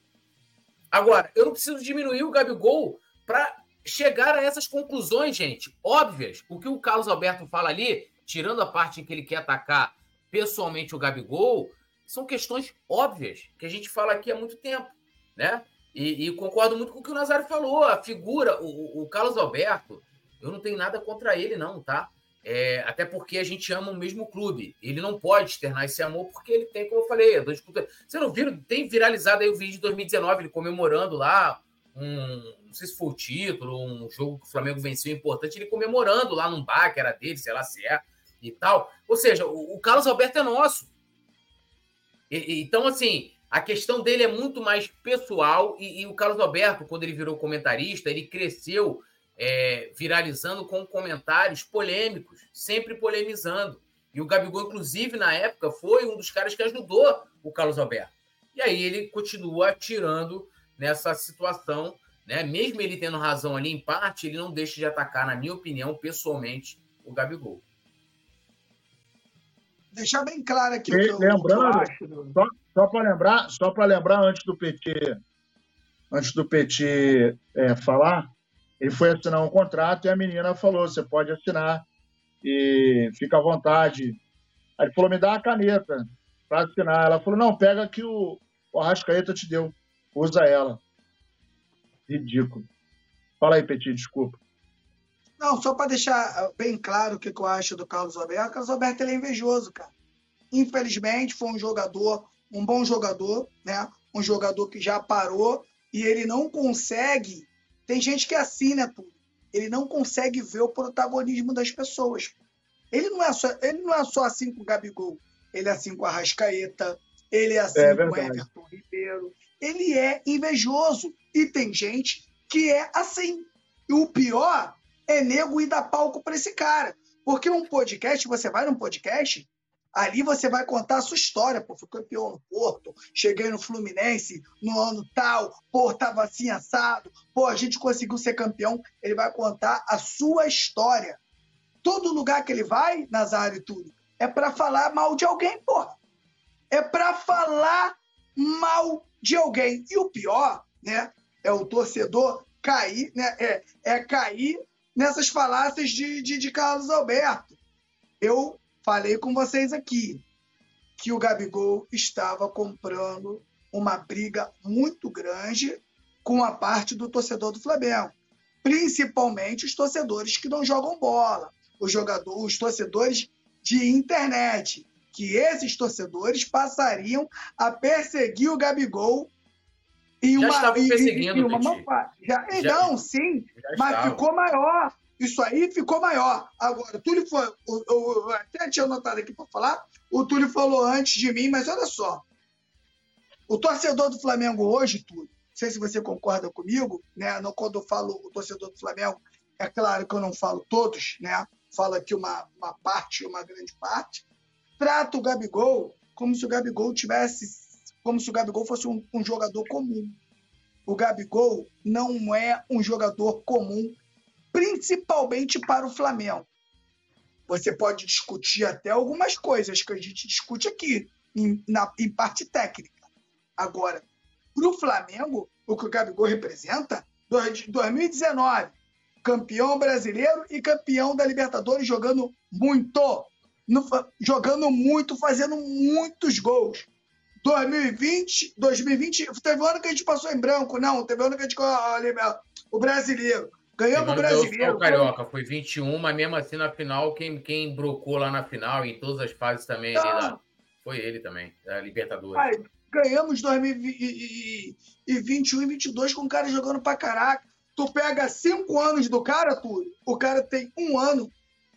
Agora, eu não preciso diminuir o Gabigol para chegar a essas conclusões, gente, óbvias. O que o Carlos Alberto fala ali, tirando a parte em que ele quer atacar pessoalmente o Gabigol, são questões óbvias, que a gente fala aqui há muito tempo, né? E, e concordo muito com o que o Nazário falou, a figura, o, o Carlos Alberto, eu não tenho nada contra ele não, tá? É, até porque a gente ama o mesmo clube. Ele não pode externar esse amor porque ele tem, como eu falei, dois culturas. Você não viu? Tem viralizado aí o vídeo de dois mil e dezenove, ele comemorando lá um, não sei se foi o título, um jogo que o Flamengo venceu importante, ele comemorando lá num bar que era dele, sei lá se é, e tal. Ou seja, o, o Carlos Alberto é nosso. E, então, assim, a questão dele é muito mais pessoal e, e o Carlos Alberto, quando ele virou comentarista, ele cresceu é, viralizando com comentários polêmicos, sempre polemizando. E o Gabigol, inclusive, na época, foi um dos caras que ajudou o Carlos Alberto. E aí ele continua atirando nessa situação, né? Mesmo ele tendo razão ali em parte, ele não deixa de atacar, na minha opinião, pessoalmente, o Gabigol. Deixar bem claro aqui e, o que eu, lembrando, o que eu acho. Do... Só, só para lembrar, só para lembrar antes do Petit, antes do Petit é, falar, ele foi assinar um contrato e a menina falou: você pode assinar e fica à vontade. Aí ele falou: me dá a caneta para assinar. Ela falou: não, pega que o, o Arrascaeta te deu, usa ela. Ridículo. Fala aí, Petit, desculpa. Não, só para deixar bem claro o que eu acho do Carlos Alberto. O Carlos Alberto ele é invejoso, cara. Infelizmente, foi um jogador, um bom jogador, né? Um jogador que já parou e ele não consegue. Tem gente que assina tudo. Ele não consegue ver o protagonismo das pessoas. Ele não é só, ele não é só assim com o Gabigol. Ele é assim com a Arrascaeta. Ele é assim é com o Everton Ribeiro. Ele é invejoso. E tem gente que é assim. E o pior é nego ir dar palco para esse cara. Porque um podcast, você vai num podcast, ali você vai contar a sua história. Pô, fui campeão no Porto, cheguei no Fluminense no ano tal, pô, tava assim assado, pô, a gente conseguiu ser campeão. Ele vai contar a sua história. Todo lugar que ele vai, Nazário e tudo, é para falar mal de alguém, porra. É para falar mal de alguém. E o pior, né, é o torcedor cair, né, é, é cair nessas falácias de, de, de Carlos Alberto. Eu falei com vocês aqui que o Gabigol estava comprando uma briga muito grande com a parte do torcedor do Flamengo, principalmente os torcedores que não jogam bola, os, jogadores, os torcedores de internet, que esses torcedores passariam a perseguir o Gabigol em uma, já estavam perseguindo, em uma já, já, Não, sim, mas estava. Ficou maior. Isso aí ficou maior. Agora, o Túlio foi. Eu, eu até tinha anotado aqui para falar, o Túlio falou antes de mim, mas olha só. O torcedor do Flamengo hoje, Túlio, não sei se você concorda comigo, né? Não, quando eu falo o torcedor do Flamengo, é claro que eu não falo todos, né? Falo aqui uma, uma parte, uma grande parte. Trata o Gabigol como se o Gabigol tivesse. Como se o Gabigol fosse um, um jogador comum. O Gabigol não é um jogador comum, principalmente para o Flamengo. Você pode discutir até algumas coisas que a gente discute aqui, em, na, em parte técnica. Agora, para o Flamengo, o que o Gabigol representa, dois mil e dezenove, campeão brasileiro e campeão da Libertadores, jogando muito, no, jogando muito, fazendo muitos gols. dois mil e vinte, dois mil e vinte, teve um ano que a gente passou em branco, não, teve um ano que a gente o brasileiro. Ganhamos o brasileiro. O Carioca foi vinte e um, mas mesmo assim na final, quem, quem brocou lá na final, em todas as fases também, ali lá, foi ele também, da Libertadores. Ai, ganhamos dois mil e vinte e um e vinte e dois com o cara jogando pra caraca. Tu pega cinco anos do cara, Túlio, o cara tem um ano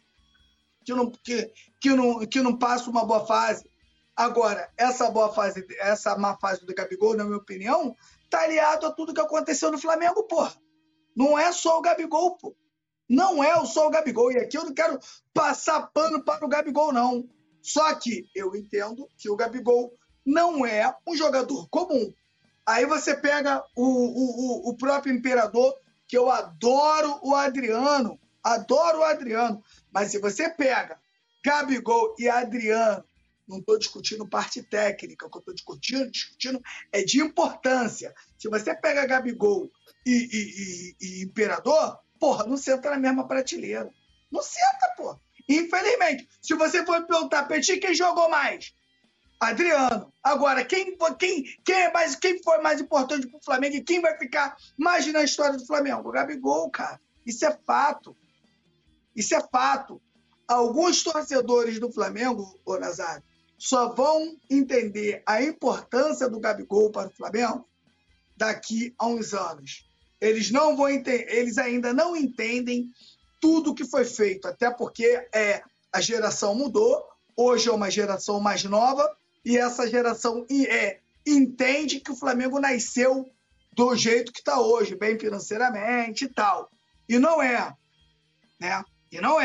que não, que, que não, que não passa uma boa fase. Agora, essa boa fase, essa má fase do Gabigol, na minha opinião, tá aliado a tudo que aconteceu no Flamengo, porra. Não é só o Gabigol, pô. Não é só o Gabigol. E aqui eu não quero passar pano para o Gabigol, não. Só que eu entendo que o Gabigol não é um jogador comum. Aí você pega o, o, o próprio Imperador, que eu adoro o Adriano. Adoro o Adriano. Mas se você pega Gabigol e Adriano, não estou discutindo parte técnica, o que eu estou discutindo, discutindo é de importância. Se você pega Gabigol e, e, e, e Imperador, porra, não senta na mesma prateleira. Não senta, porra. Infelizmente, se você for me perguntar, Petit, quem jogou mais? Adriano. Agora, quem, quem, quem, é mais, quem foi mais importante para o Flamengo e quem vai ficar mais na história do Flamengo? O Gabigol, cara. Isso é fato. Isso é fato. Alguns torcedores do Flamengo, ô Nazário, só vão entender a importância do Gabigol para o Flamengo daqui a uns anos. Eles não vão entender, eles ainda não entendem tudo que foi feito, até porque é, a geração mudou, hoje é uma geração mais nova, e essa geração é, entende que o Flamengo nasceu do jeito que está hoje, bem financeiramente e tal. E não é, né? E não é.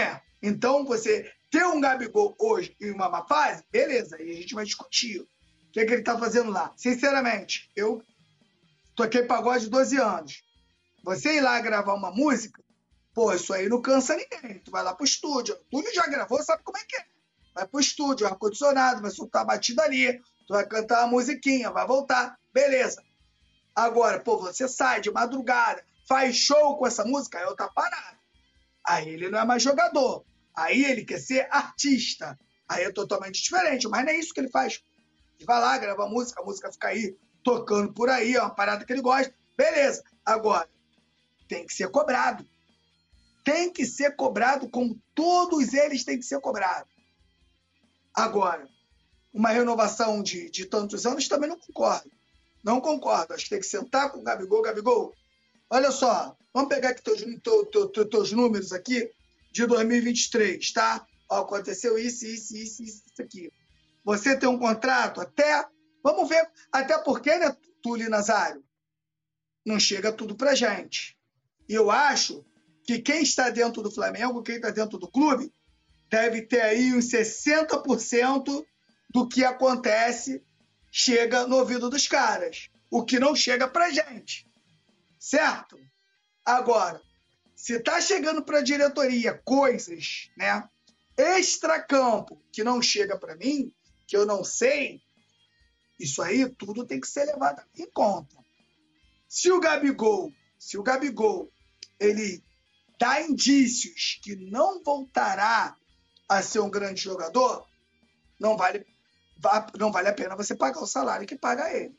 Então, você ter um Gabigol hoje em uma má fase, beleza, aí a gente vai discutir o que, é que ele tá fazendo lá. Sinceramente, eu toquei pagode de doze anos. Você ir lá gravar uma música, pô, isso aí não cansa ninguém. Tu vai lá pro estúdio. O Túlio já gravou, sabe como é que é. Vai pro estúdio, ar-condicionado, vai soltar a batida ali, tu vai cantar uma musiquinha, vai voltar, beleza. Agora, pô, você sai de madrugada, faz show com essa música, aí eu tá parado. Aí ele não é mais jogador. Aí ele quer ser artista. Aí é totalmente diferente, mas não é isso que ele faz. Ele vai lá, grava música, a música fica aí tocando por aí, é uma parada que ele gosta. Beleza. Agora, tem que ser cobrado. Tem que ser cobrado como todos eles têm que ser cobrados. Agora, uma renovação de, de tantos anos também não concordo. Não concordo. Acho que tem que sentar com o Gabigol. Gabigol, olha só, vamos pegar aqui teus, teu, teu, teu, teus números aqui de dois mil e vinte e três, tá? Ó, aconteceu isso, isso, isso, isso aqui. Você tem um contrato até... Vamos ver, até porque, né, Túlio Nazário? Não chega tudo pra gente. E eu acho que quem está dentro do Flamengo, quem está dentro do clube, deve ter aí uns sessenta por cento do que acontece chega no ouvido dos caras. O que não chega pra gente. Certo? Agora, se tá chegando pra diretoria coisas, né, extracampo que não chega pra mim, que eu não sei, isso aí tudo tem que ser levado em conta. Se o Gabigol, se o Gabigol, ele dá indícios que não voltará a ser um grande jogador, não vale, não vale a pena você pagar o salário que paga ele.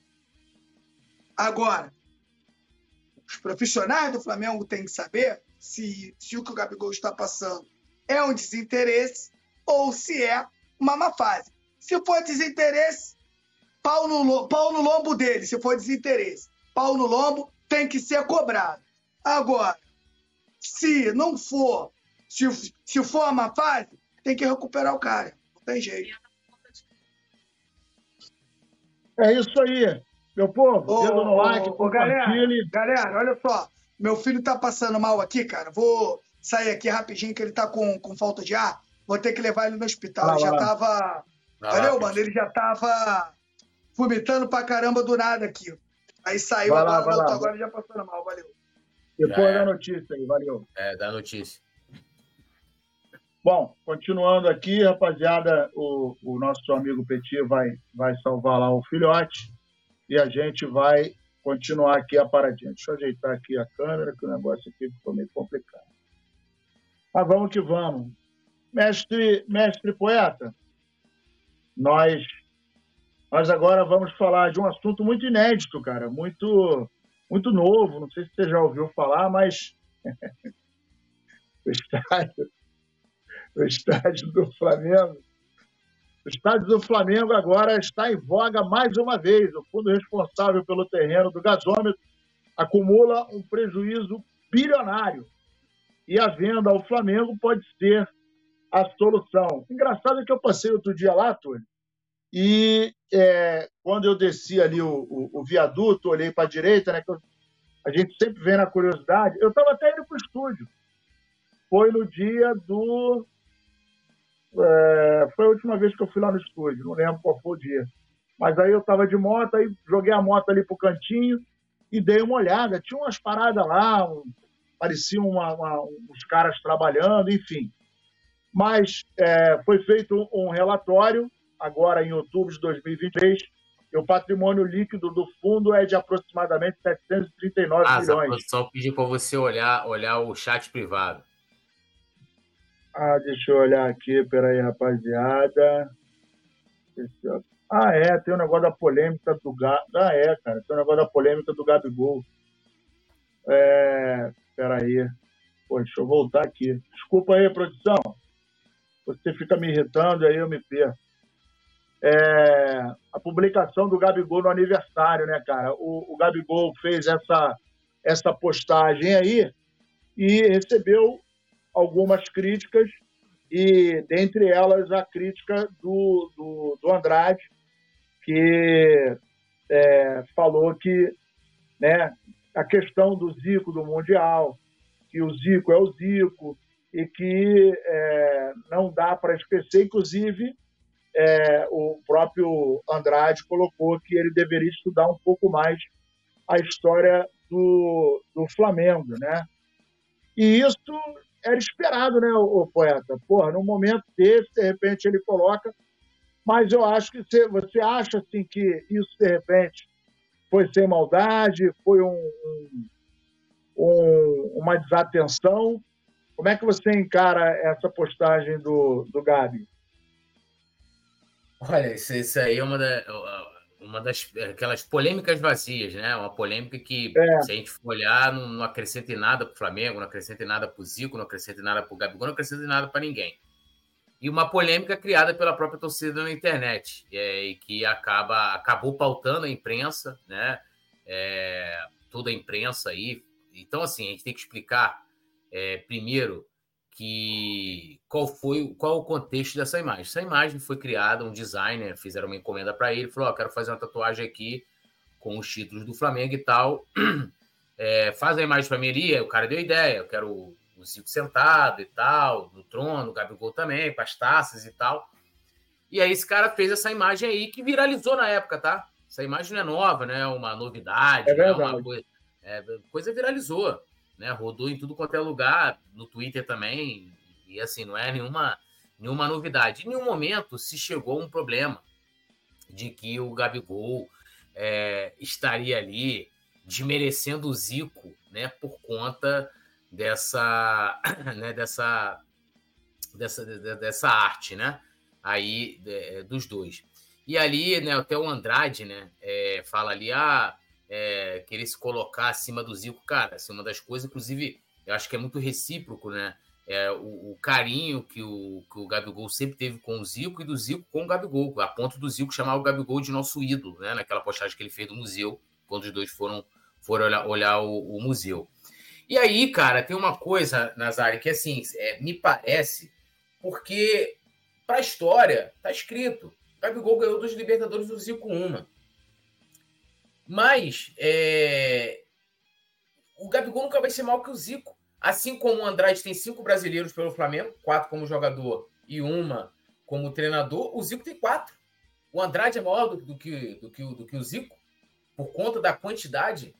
Agora, os profissionais do Flamengo têm que saber se, se o que o Gabigol está passando é um desinteresse ou se é uma má fase. Se for desinteresse, pau no, pau no lombo dele. Se for desinteresse, pau no lombo, tem que ser cobrado. Agora, se não for, se, se for uma má fase, tem que recuperar o cara. Não tem jeito. É isso aí, meu povo. Ô, dedo no like, ô, compartilhe. Galera, galera, olha só. Meu filho tá passando mal aqui, cara. Vou sair aqui rapidinho, que ele tá com, com falta de ar. Vou ter que levar ele no hospital. Ah, ele já lá. tava... Vai Valeu, lá, mano. Ele já tava vomitando pra caramba do nada aqui. Aí saiu, Vai lá, agora vai voltou, lá. agora já passando mal. Valeu. Depois Já é. da notícia aí, valeu. É, dá notícia. Bom, continuando aqui, rapaziada, o, o nosso amigo Petit vai, vai salvar lá o filhote e a gente vai continuar aqui a paradinha. Deixa eu ajeitar aqui a câmera, que o negócio aqui ficou meio complicado. Mas vamos que vamos. Mestre, mestre poeta, nós, nós agora vamos falar de um assunto muito inédito, cara, muito, muito novo. Não sei se você já ouviu falar, mas o estádio, o estádio do Flamengo, o estádio do Flamengo agora está em voga mais uma vez. O fundo responsável pelo terreno do gasômetro acumula um prejuízo bilionário e a venda ao Flamengo pode ser a solução. Engraçado é que eu passei outro dia lá, Túlio, e é, quando eu desci ali o, o, o viaduto, olhei para a direita, né, que eu, a gente sempre vê na curiosidade, eu estava até indo para o estúdio. Foi no dia do... É, foi a última vez que eu fui lá no estúdio, não lembro qual foi o dia. Mas aí eu estava de moto, aí joguei a moto ali pro cantinho e dei uma olhada. Tinha umas paradas lá, um, pareciam uma, uma, uns caras trabalhando, enfim. Mas é, foi feito um relatório, agora em outubro de dois mil e vinte e três, e o patrimônio líquido do fundo é de aproximadamente setecentos e trinta e nove Ah, milhões. a produção pediu para você olhar, olhar o chat privado. Ah, deixa eu olhar aqui, peraí, rapaziada. Ah, é, tem o um negócio da polêmica do Gabigol. Ah, é, cara, tem o um negócio da polêmica do Gabigol. É, peraí. Pô, deixa eu voltar aqui. Desculpa aí, produção. Você fica me irritando, aí eu me perco. É, a publicação do Gabigol no aniversário, né, cara? O, o Gabigol fez essa, essa postagem aí e recebeu algumas críticas, e dentre elas a crítica do, do, do Andrade, que é, falou que, né, a questão do Zico do Mundial, que o Zico é o Zico, e que é, não dá para esquecer. Inclusive, é, o próprio Andrade colocou que ele deveria estudar um pouco mais a história do, do Flamengo, né? E isso era esperado, né, o, o poeta? Porra, num momento desse, de repente, ele coloca, mas eu acho que você, você acha assim, que isso, de repente, foi sem maldade, foi um, um, um, uma desatenção? Como é que você encara essa postagem do, do Gabi? Olha, isso, isso aí é uma, da, uma das aquelas polêmicas vazias, né? Uma polêmica que, é. se a gente for olhar, não, não acrescenta em nada para o Flamengo, não acrescenta em nada para o Zico, não acrescenta em nada para o Gabigol, não acrescenta em nada para ninguém. E uma polêmica criada pela própria torcida na internet, é, e que acaba, acabou pautando a imprensa, né? É, toda a imprensa aí. Então, assim, a gente tem que explicar, é, primeiro, que qual foi qual o contexto dessa imagem. Essa imagem foi criada, um designer, fizeram uma encomenda para ele, falou, oh, quero fazer uma tatuagem aqui com os títulos do Flamengo e tal. É, faz a imagem para mim ali, o cara deu ideia, eu quero o Zico sentado e tal, no trono, o Gabigol também, com as taças e tal. E aí esse cara fez essa imagem aí que viralizou na época, tá? Essa imagem não é nova, né? É uma novidade, é não é uma coisa... É, coisa viralizou, né? Rodou em tudo quanto é lugar, no Twitter também, e assim, não é nenhuma, nenhuma novidade. Em nenhum momento se chegou a um problema de que o Gabigol é, estaria ali desmerecendo o Zico, né? Por conta dessa, né, dessa, dessa, dessa arte, né? Aí, de, dos dois. E ali, né, até o Andrade, né, é, fala ali, ah, é, querer se colocar acima do Zico. Cara, assim, uma das coisas, inclusive, eu acho que é muito recíproco, né? É, o, o carinho que o, que o Gabigol sempre teve com o Zico e do Zico com o Gabigol, a ponto do Zico chamar o Gabigol de nosso ídolo, né? Naquela postagem que ele fez do museu, quando os dois foram, foram olhar, olhar o, o museu. E aí, cara, tem uma coisa, Nazário, que assim, é, me parece, porque para a história tá escrito, o Gabigol ganhou dos Libertadores do Zico uma. Mas é, o Gabigol nunca vai ser maior que o Zico. Assim como o Andrade tem cinco brasileiros pelo Flamengo, quatro como jogador e uma como treinador, o Zico tem quatro. O Andrade é maior do, do, que, do, que, do que o Zico, por conta da quantidade.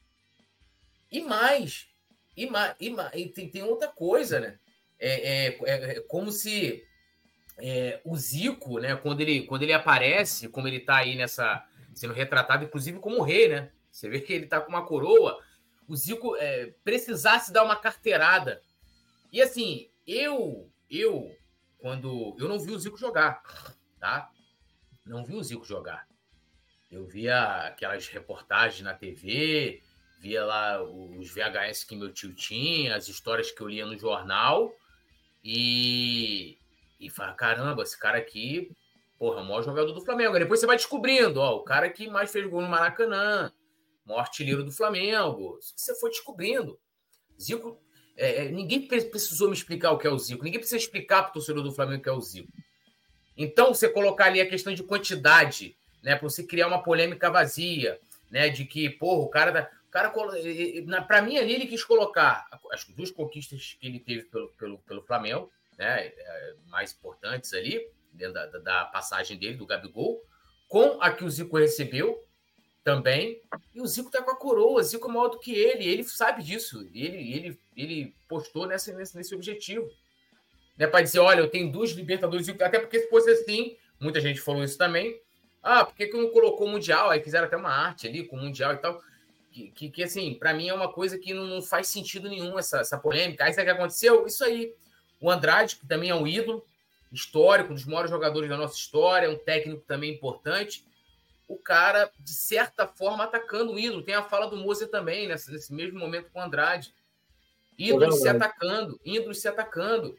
E mais, e, mais, e, mais, e tem, tem outra coisa, né? É, é, é como se é, o Zico, né, quando ele, quando ele aparece, como ele está aí nessa, sendo retratado, inclusive como rei, né? Você vê que ele está com uma coroa. O Zico é, precisasse dar uma carteirada. E assim, eu, eu, quando... Eu não vi o Zico jogar, tá? Não vi o Zico jogar. Eu via aquelas reportagens na T V, via lá os V H S que meu tio tinha, as histórias que eu lia no jornal, e, e fala, caramba, esse cara aqui, porra, o maior jogador do Flamengo. Aí depois você vai descobrindo, ó, o cara que mais fez gol no Maracanã, o maior artilheiro do Flamengo. Você foi descobrindo. Zico, é, ninguém precisou me explicar o que é o Zico. Ninguém precisa explicar para o torcedor do Flamengo o que é o Zico. Então, você colocar ali a questão de quantidade, né, para você criar uma polêmica vazia, né, de que, porra, o cara... Da, o cara para mim, ali, ele quis colocar as duas conquistas que ele teve pelo, pelo, pelo Flamengo, né, mais importantes ali, dentro da, da passagem dele, do Gabigol, com a que o Zico recebeu, também, e o Zico tá com a coroa, o Zico é maior do que ele, ele sabe disso, ele, ele, ele postou nessa, nesse, nesse objetivo. Né, para dizer, olha, eu tenho duas Libertadores, até porque se fosse assim, muita gente falou isso também, ah, por que que não colocou o Mundial? Aí fizeram até uma arte ali com o Mundial e tal, que, que, que assim, para mim é uma coisa que não, não faz sentido nenhum, essa, essa polêmica. Aí sabe o que aconteceu? Isso aí, o Andrade, que também é um ídolo histórico, um dos maiores jogadores da nossa história, um técnico também importante, o cara, de certa forma, atacando o ídolo. Tem a fala do Moser também, nesse, nesse mesmo momento com o Andrade. Ídolos se atacando, ídolos se atacando.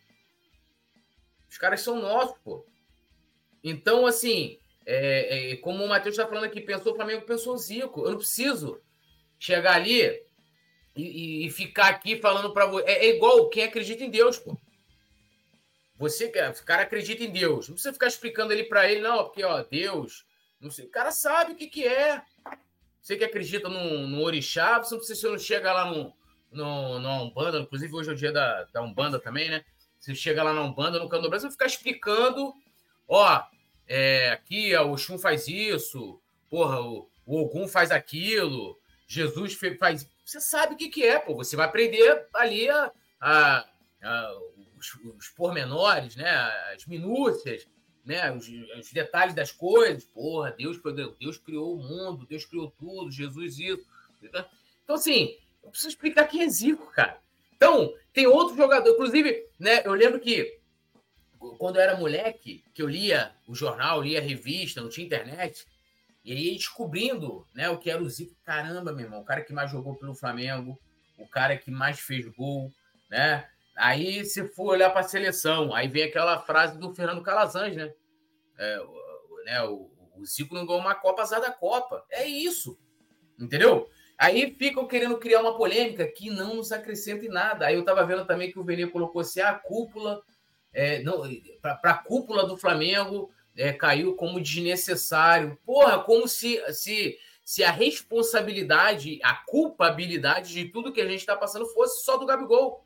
Os caras são nossos, pô. Então, assim, é, é, como o Matheus está falando aqui, pensou o Flamengo, pensou o Zico. Eu não preciso chegar ali e, e, e ficar aqui falando para você. É, é igual quem acredita em Deus, pô. Você, o cara acredita em Deus. Não precisa ficar explicando ali para ele, não, porque, ó, Deus... Não sei. O cara sabe o que, que é. Você que acredita no, no orixá, você não precisa, você não chega lá no, no, na Umbanda, inclusive hoje é o dia da, da Umbanda também, né? Você chega lá na Umbanda, no Candomblé, você vai ficar explicando, ó, é, aqui ó, o Oxum faz isso, porra, o, o Ogum faz aquilo, Jesus faz... Você sabe o que, que é, pô. Você vai aprender ali a, a, a, os, os pormenores, né? As minúcias, né? Os, os detalhes das coisas. Porra, Deus, Deus criou o mundo, Deus criou tudo, Jesus isso. Então, assim, eu preciso explicar quem é Zico, cara. Então, tem outro jogador, inclusive, né? Eu lembro que quando eu era moleque, que eu lia o jornal, lia a revista, não tinha internet, e aí descobrindo, né, o que era o Zico. Caramba, meu irmão, o cara que mais jogou pelo Flamengo, o cara que mais fez gol, né? Aí você for olhar para a seleção, aí vem aquela frase do Fernando Calazans, né? É, o, né o, o Zico não ganhou uma Copa, azar da Copa. É isso, entendeu? Aí ficam querendo criar uma polêmica que não nos acrescenta em nada. Aí eu estava vendo também que o Vene colocou assim, a cúpula, é, para a cúpula do Flamengo, É, caiu como desnecessário. Porra, como se, se, se a responsabilidade, a culpabilidade de tudo que a gente está passando fosse só do Gabigol.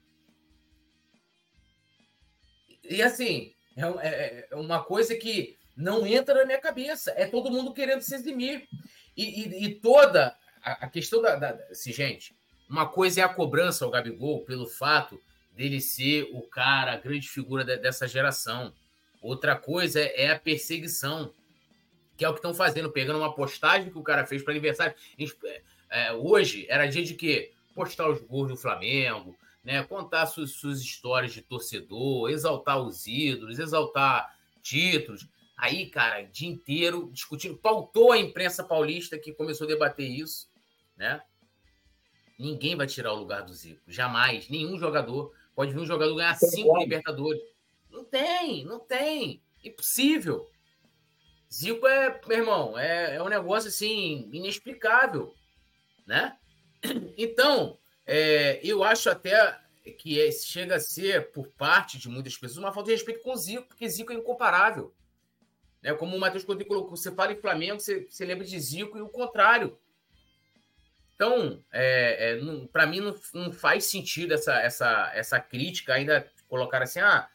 E assim, é, é uma coisa que não entra na minha cabeça. É todo mundo querendo se eximir. E, e, e toda a, a questão da, da... Assim, gente, uma coisa é a cobrança ao Gabigol pelo fato dele ser o cara, a grande figura de, dessa geração. Outra coisa é a perseguição, que é o que estão fazendo, pegando uma postagem que o cara fez para aniversário. É, hoje era dia de quê? Postar os gols do Flamengo, né? Contar suas, suas histórias de torcedor, exaltar os ídolos, exaltar títulos. Aí, cara, o dia inteiro discutindo. Pautou a imprensa paulista que começou a debater isso, né? Ninguém vai tirar o lugar do Zico. Jamais. Nenhum jogador. Pode vir um jogador ganhar cinco Libertadores. Não tem, não tem. Impossível. Zico é, meu irmão, é, é um negócio, assim, inexplicável, né? Então, é, eu acho até que é, chega a ser, por parte de muitas pessoas, uma falta de respeito com o Zico, porque Zico é incomparável. Né? Como o Matheus Coutinho colocou, você fala em Flamengo, você, você lembra de Zico e o contrário. Então, é, é, para mim, não, não faz sentido essa, essa, essa crítica, ainda colocar assim, ah,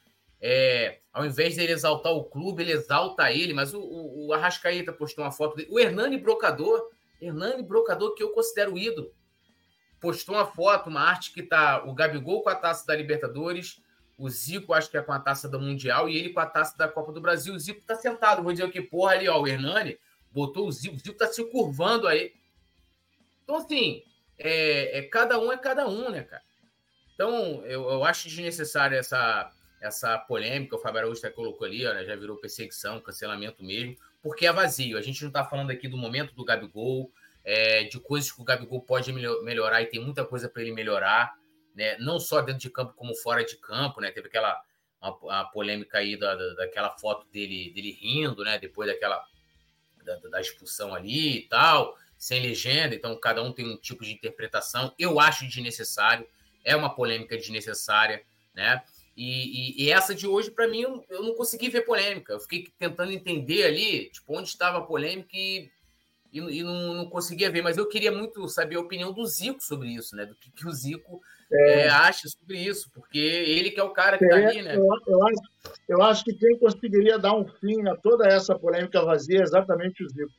É, ao invés dele exaltar o clube, ele exalta ele, mas o, o, o Arrascaeta postou uma foto dele. O Hernani Brocador, Hernani Brocador, que eu considero ídolo, postou uma foto, uma arte que tá o Gabigol com a taça da Libertadores, o Zico, acho que é com a taça do Mundial, e ele com a taça da Copa do Brasil. O Zico tá sentado, vou dizer o que, porra, ali, ó, o Hernani botou o Zico, o Zico tá se curvando aí. Então, assim, é, é, cada um é cada um, né, cara? Então, eu, eu acho desnecessário essa... essa polêmica, o Fábio Araújo colocou ali, ó, né, já virou perseguição, cancelamento mesmo, porque é vazio. A gente não está falando aqui do momento do Gabigol, é, de coisas que o Gabigol pode melhorar, e tem muita coisa para ele melhorar, né, não só dentro de campo como fora de campo, né, teve aquela uma, a polêmica aí da, da, daquela foto dele, dele rindo, né, depois daquela da, da expulsão ali e tal, sem legenda, então cada um tem um tipo de interpretação. Eu acho desnecessário, é uma polêmica desnecessária, né? E, e, e essa de hoje, para mim, eu, eu não consegui ver polêmica. Eu fiquei tentando entender ali, tipo, onde estava a polêmica e, e, e não, não conseguia ver. Mas eu queria muito saber a opinião do Zico sobre isso, né? Do que, que o Zico é. É, acha sobre isso, porque ele que é o cara que está é, ali, né? Eu, eu, acho, eu acho que quem conseguiria dar um fim a toda essa polêmica vazia é exatamente o Zico.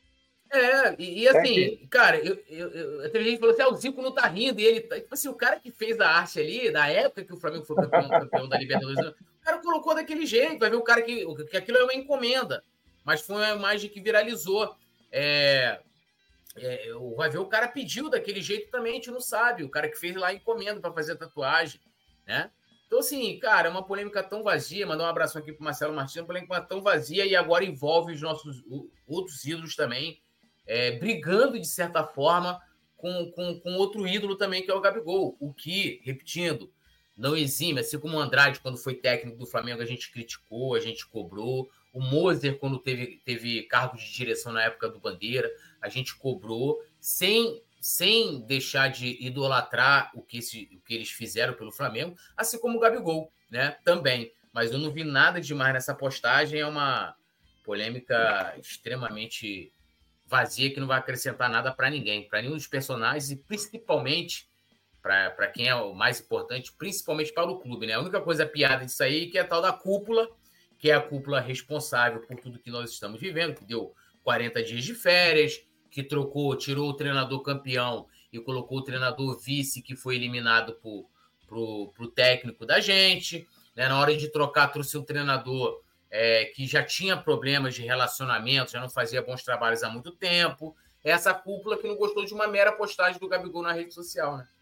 É, e, e assim, é que... cara, eu, eu, eu, teve gente que falou assim, ah, o Zico não tá rindo, e ele, tipo assim, o cara que fez a arte ali, da época que o Flamengo foi campeão, campeão da Libertadores, o cara colocou daquele jeito, vai ver o cara que, que aquilo é uma encomenda, mas foi uma imagem que viralizou. É, é, vai ver o cara pediu daquele jeito também, a gente não sabe, o cara que fez lá a encomenda para fazer a tatuagem, né? Então, assim, cara, é uma polêmica tão vazia, mandar um abraço aqui pro Marcelo Martins, uma polêmica tão vazia e agora envolve os nossos outros ídolos também, É, brigando, de certa forma, com, com, com outro ídolo também, que é o Gabigol. O que, repetindo, não exime. Assim como o Andrade, quando foi técnico do Flamengo, a gente criticou, a gente cobrou. O Moser, quando teve, teve cargo de direção na época do Bandeira, a gente cobrou, sem, sem deixar de idolatrar o que, esse, o que eles fizeram pelo Flamengo, assim como o Gabigol, né? Também. Mas eu não vi nada demais nessa postagem. É uma polêmica extremamente... vazia, que não vai acrescentar nada para ninguém, para nenhum dos personagens e principalmente para quem é o mais importante, principalmente para o clube, né? A única coisa piada disso aí que é a tal da cúpula, que é a cúpula responsável por tudo que nós estamos vivendo, que deu quarenta dias de férias, que trocou, tirou o treinador campeão e colocou o treinador vice, que foi eliminado para o técnico da gente, né? Na hora de trocar, trouxe um treinador é, que já tinha problemas de relacionamento, já não fazia bons trabalhos há muito tempo. Essa cúpula que não gostou de uma mera postagem do Gabigol na rede social, né?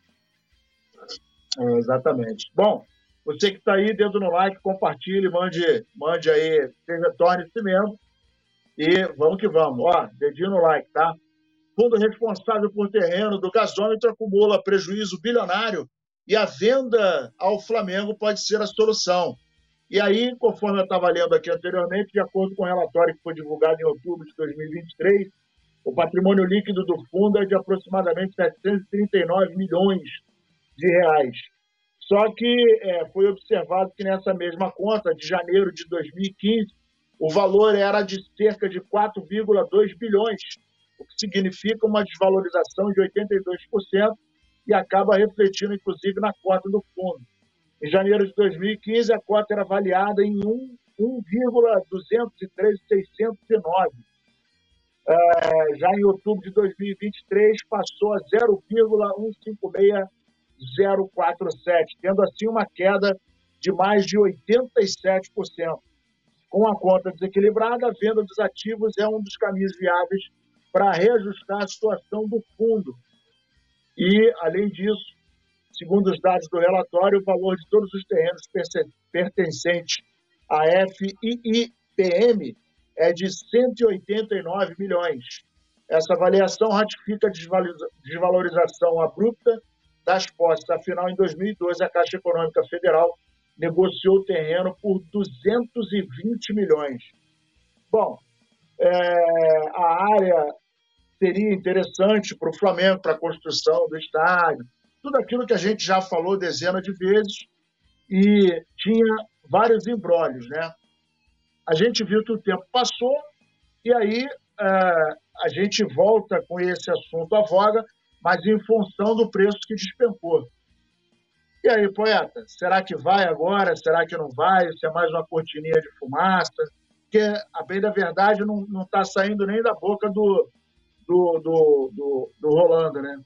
É, exatamente. Bom, você que está aí, dedo no like, compartilhe, mande, mande aí, seja, torne-se membro. E vamos que vamos. Ó, dedinho no like, tá? Fundo responsável por terreno do gasômetro acumula prejuízo bilionário e a venda ao Flamengo pode ser a solução. E aí, conforme eu estava lendo aqui anteriormente, de acordo com o relatório que foi divulgado em outubro de dois mil e vinte e três, o patrimônio líquido do fundo é de aproximadamente setecentos e trinta e nove milhões de reais. Só que é, foi observado que nessa mesma conta, de janeiro de dois mil e quinze, o valor era de cerca de quatro vírgula dois bilhões, o que significa uma desvalorização de oitenta e dois por cento e acaba refletindo, inclusive, na cota do fundo. Em janeiro de dois mil e quinze, a cota era avaliada em um vírgula duzentos e treze mil seiscentos e nove. É, já em outubro de dois mil e vinte e três, passou a zero vírgula cento e cinquenta e seis mil quatrocentos e quarenta e sete, tendo assim uma queda de mais de oitenta e sete por cento. Com a conta desequilibrada, a venda dos ativos é um dos caminhos viáveis para reajustar a situação do fundo. E, além disso, segundo os dados do relatório, o valor de todos os terrenos pertencentes à F I I P M é de cento e oitenta e nove milhões. Essa avaliação ratifica a desvalorização abrupta das posses. Afinal, em dois mil e doze, a Caixa Econômica Federal negociou o terreno por duzentos e vinte milhões. Bom, é, a área seria interessante para o Flamengo, para a construção do estádio, tudo aquilo que a gente já falou dezenas de vezes, e tinha vários embrólios, né? A gente viu que o tempo passou e aí é, a gente volta com esse assunto à voga, mas em função do preço que despencou. E aí, poeta, será que vai agora? Será que não vai? Isso é mais uma cortininha de fumaça? Porque, a bem da verdade, não está saindo nem da boca do, do, do, do, do Rolando, né?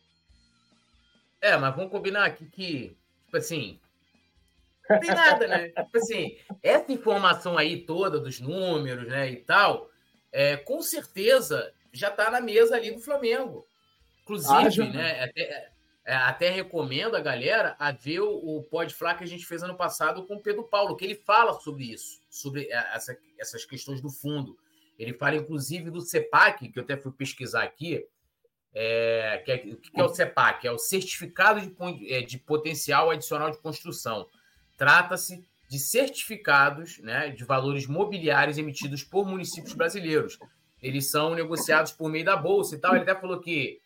É, mas vamos combinar aqui que, tipo assim, não tem nada, né? Tipo assim, essa informação aí toda dos números, né, e tal, é, com certeza já está na mesa ali do Flamengo. Inclusive, ah, né, até, é, até recomendo a galera a ver o, o Pode Flá que a gente fez ano passado com o Pedro Paulo, que ele fala sobre isso, sobre essa, essas questões do fundo. Ele fala, inclusive, do CEPAC, que eu até fui pesquisar aqui. É, que é, o que é o CEPAC? É o Certificado de, de Potencial Adicional de Construção. Trata-se de certificados, né, de valores mobiliários emitidos por municípios brasileiros. Eles são negociados por meio da Bolsa e tal. Ele até falou que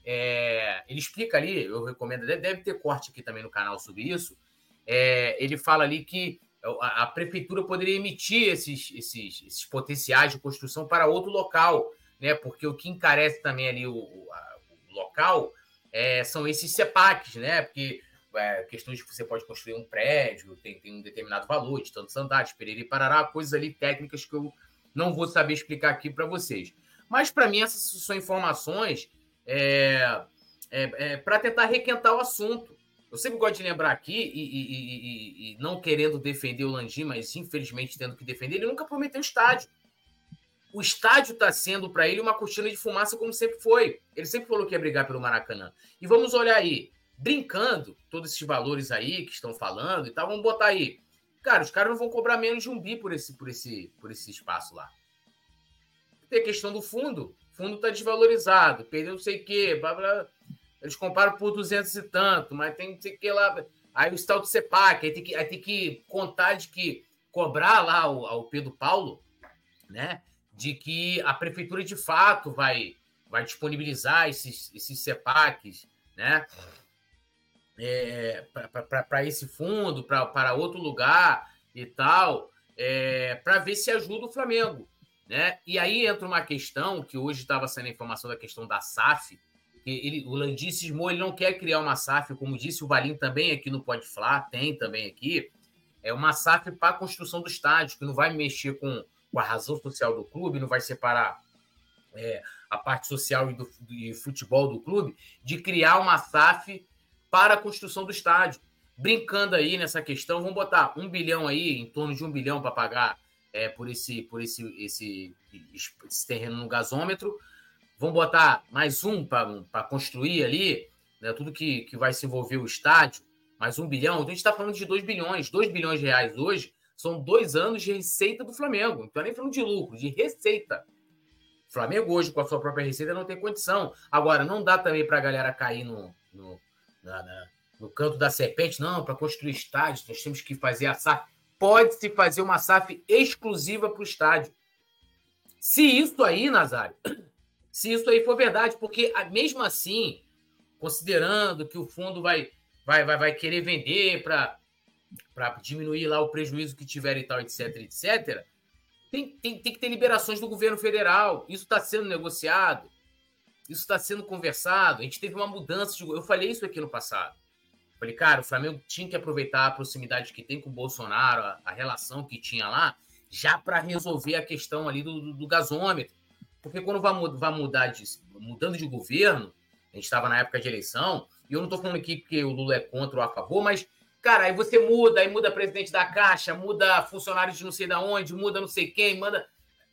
É, ele explica ali, eu recomendo, deve ter corte aqui também no canal sobre isso. É, ele fala ali que a, a prefeitura poderia emitir esses, esses, esses potenciais de construção para outro local, né? Porque o que encarece também ali o, a, o local é, são esses CEPACs, né? Porque é, questões de que você pode construir um prédio, tem, tem um determinado valor de tantos andares, perere, parará, coisas ali técnicas que eu não vou saber explicar aqui para vocês. Mas, para mim, essas são informações É, é, é, para tentar requentar o assunto. Eu sempre gosto de lembrar aqui, e, e, e, e não querendo defender o Landim, mas infelizmente tendo que defender, ele nunca prometeu estádio. O estádio está sendo para ele uma cortina de fumaça, como sempre foi. Ele sempre falou que ia brigar pelo Maracanã. E vamos olhar aí, brincando, todos esses valores aí que estão falando e tal, vamos botar aí. Cara, os caras não vão cobrar menos de um bi por esse, por esse, por esse espaço lá. Tem a questão do fundo. O fundo está desvalorizado, perdeu não sei o quê, blá, blá. Eles comparam por duzentos e tanto, mas tem não sei o que lá. Aí o tal do CEPAC, aí tem que, aí tem que contar de que cobrar lá ao, ao Pedro Paulo, né, de que a prefeitura de fato vai, vai disponibilizar esses, esses CEPACs, né, é, para esse fundo, para outro lugar e tal, é, para ver se ajuda o Flamengo. Né? E aí entra uma questão que hoje estava sendo a informação da questão da S A F, Ele, o Landim cismou, ele não quer criar uma S A F, como disse o Valim também aqui no Pode Falar, tem também aqui, é uma S A F para a construção do estádio, que não vai mexer com, com a razão social do clube, não vai separar é, a parte social e do e futebol do clube, de criar uma S A F para a construção do estádio. Brincando aí nessa questão, vamos botar um bilhão aí, em torno de um bilhão para pagar é, por, esse, por esse, esse, esse terreno no gasômetro. Vamos botar mais um para construir ali, né, tudo que, que vai se envolver o estádio, mais um bilhão. Então a gente está falando de dois bilhões. dois bilhões de reais hoje são dois anos de receita do Flamengo. Não estou nem falando de lucro, de receita. O Flamengo hoje, com a sua própria receita, não tem condição. Agora, não dá também para a galera cair no, no, na, na, no canto da serpente. Não, para construir estádio, nós temos que fazer a S A F. Pode-se fazer uma S A F exclusiva para o estádio. Se isso aí, Nazário... Se isso aí for verdade, porque mesmo assim, considerando que o fundo vai, vai, vai, vai querer vender para diminuir lá o prejuízo que tiver e tal, etc, etcétera, tem, tem, tem que ter liberações do governo federal. Isso está sendo negociado, isso está sendo conversado. A gente teve uma mudança de... Eu falei isso aqui no passado. Falei, cara, o Flamengo tinha que aproveitar a proximidade que tem com o Bolsonaro, a, a relação que tinha lá, já para resolver a questão ali do, do, do gasômetro. Porque quando vai, vai mudar de, mudando de governo, a gente estava na época de eleição, e eu não estou falando aqui porque o Lula é contra ou a favor, mas, cara, aí você muda, aí muda presidente da Caixa, muda funcionário de não sei de onde, muda não sei quem, manda...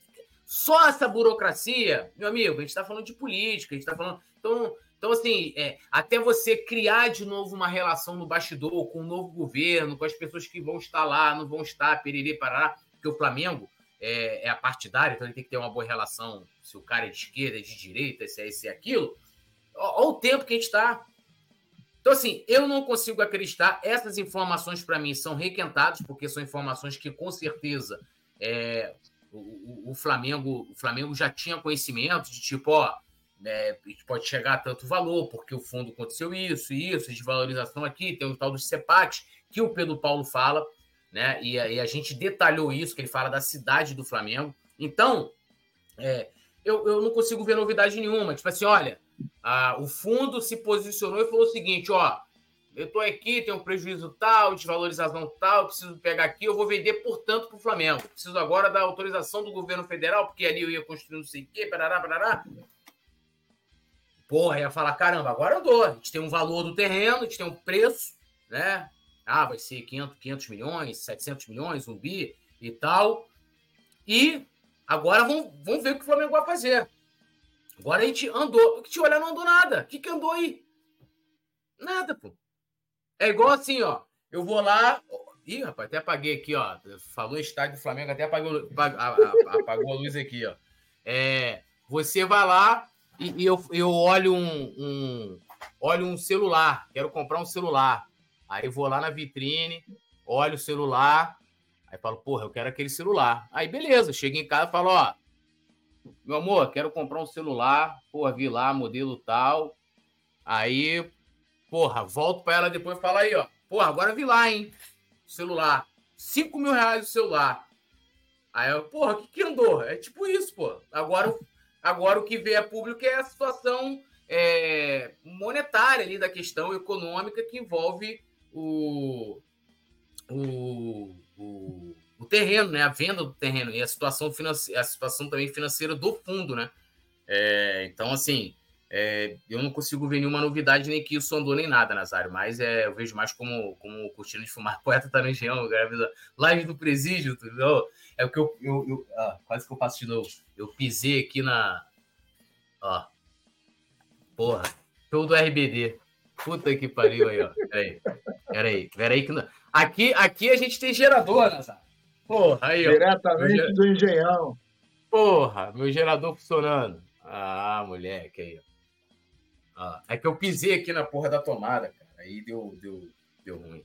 Só essa burocracia, meu amigo, a gente está falando de política, a gente está falando... Então, então assim, é, até você criar de novo uma relação no bastidor com o novo governo, com as pessoas que vão estar lá, não vão estar, pererê, parará, porque o Flamengo... É, é a partidária, então ele tem que ter uma boa relação, se o cara é de esquerda, de direita, se é esse e aquilo. Olha o tempo que a gente está. Então, assim, eu não consigo acreditar. Essas informações, para mim, são requentadas, porque são informações que, com certeza, é, o, o, o, Flamengo, o Flamengo já tinha conhecimento de tipo, ó, é, pode chegar a tanto valor, porque o fundo aconteceu isso, isso, desvalorização aqui, tem o tal dos CEPACs, que o Pedro Paulo fala, né? E a, e a gente detalhou isso, que ele fala da cidade do Flamengo. Então, é, eu, eu não consigo ver novidade nenhuma. Tipo assim, olha, a, o fundo se posicionou e falou o seguinte, ó, eu tô aqui, tem um prejuízo tal, desvalorização tal, preciso pegar aqui, eu vou vender, portanto, para o Flamengo. Preciso agora da autorização do governo federal, porque ali eu ia construir não sei o quê, parará, parará. Porra, ia falar, caramba, agora andou. A gente tem um valor do terreno, a gente tem um preço, né? Ah, vai ser quinhentos milhões, setecentos milhões, um bi e tal. E agora vamos, vamos ver o que o Flamengo vai fazer. Agora a gente andou. O que te olhar não andou nada. O que, que andou aí? Nada, pô. É igual assim, ó. Eu vou lá... Ih, rapaz, até apaguei aqui, ó. Falou estádio do Flamengo, até apagou, apagou a luz aqui, ó. É, você vai lá e, e eu, eu olho um, um, olho um celular. Quero comprar um celular. Aí eu vou lá na vitrine, olho o celular, aí falo, porra, eu quero aquele celular. Aí beleza, chego em casa e falo, ó, meu amor, quero comprar um celular, porra, vi lá, modelo tal. Aí, porra, volto pra ela depois e falo aí, ó, porra, agora vi lá, hein, celular, cinco mil reais o celular. Aí eu, porra, o que que andou? É tipo isso, pô. Agora, agora o que vê a público é a situação é, monetária ali da questão econômica que envolve O, o, o, o terreno, né? A venda do terreno e a situação, finance, a situação também financeira do fundo, né? É, então, assim, é, eu não consigo ver nenhuma novidade, nem que isso andou, nem nada, Nazário, mas é, eu vejo mais como, como cortina de fumar. Poeta tá no engenhão, live do presídio, entendeu? É o que eu, eu, eu ah, quase que eu passo de novo. Eu pisei aqui na... Ó. Porra. Show do R B D. Puta que pariu aí, ó. Peraí. Peraí. Peraí que não... Aqui, aqui a gente tem gerador, Nazário. Porra, aí, ó. Diretamente ger... do engenhão. Porra, meu gerador funcionando. Ah, moleque, aí, ó. Ah, é que eu pisei aqui na porra da tomada, cara. Aí deu, deu, deu ruim.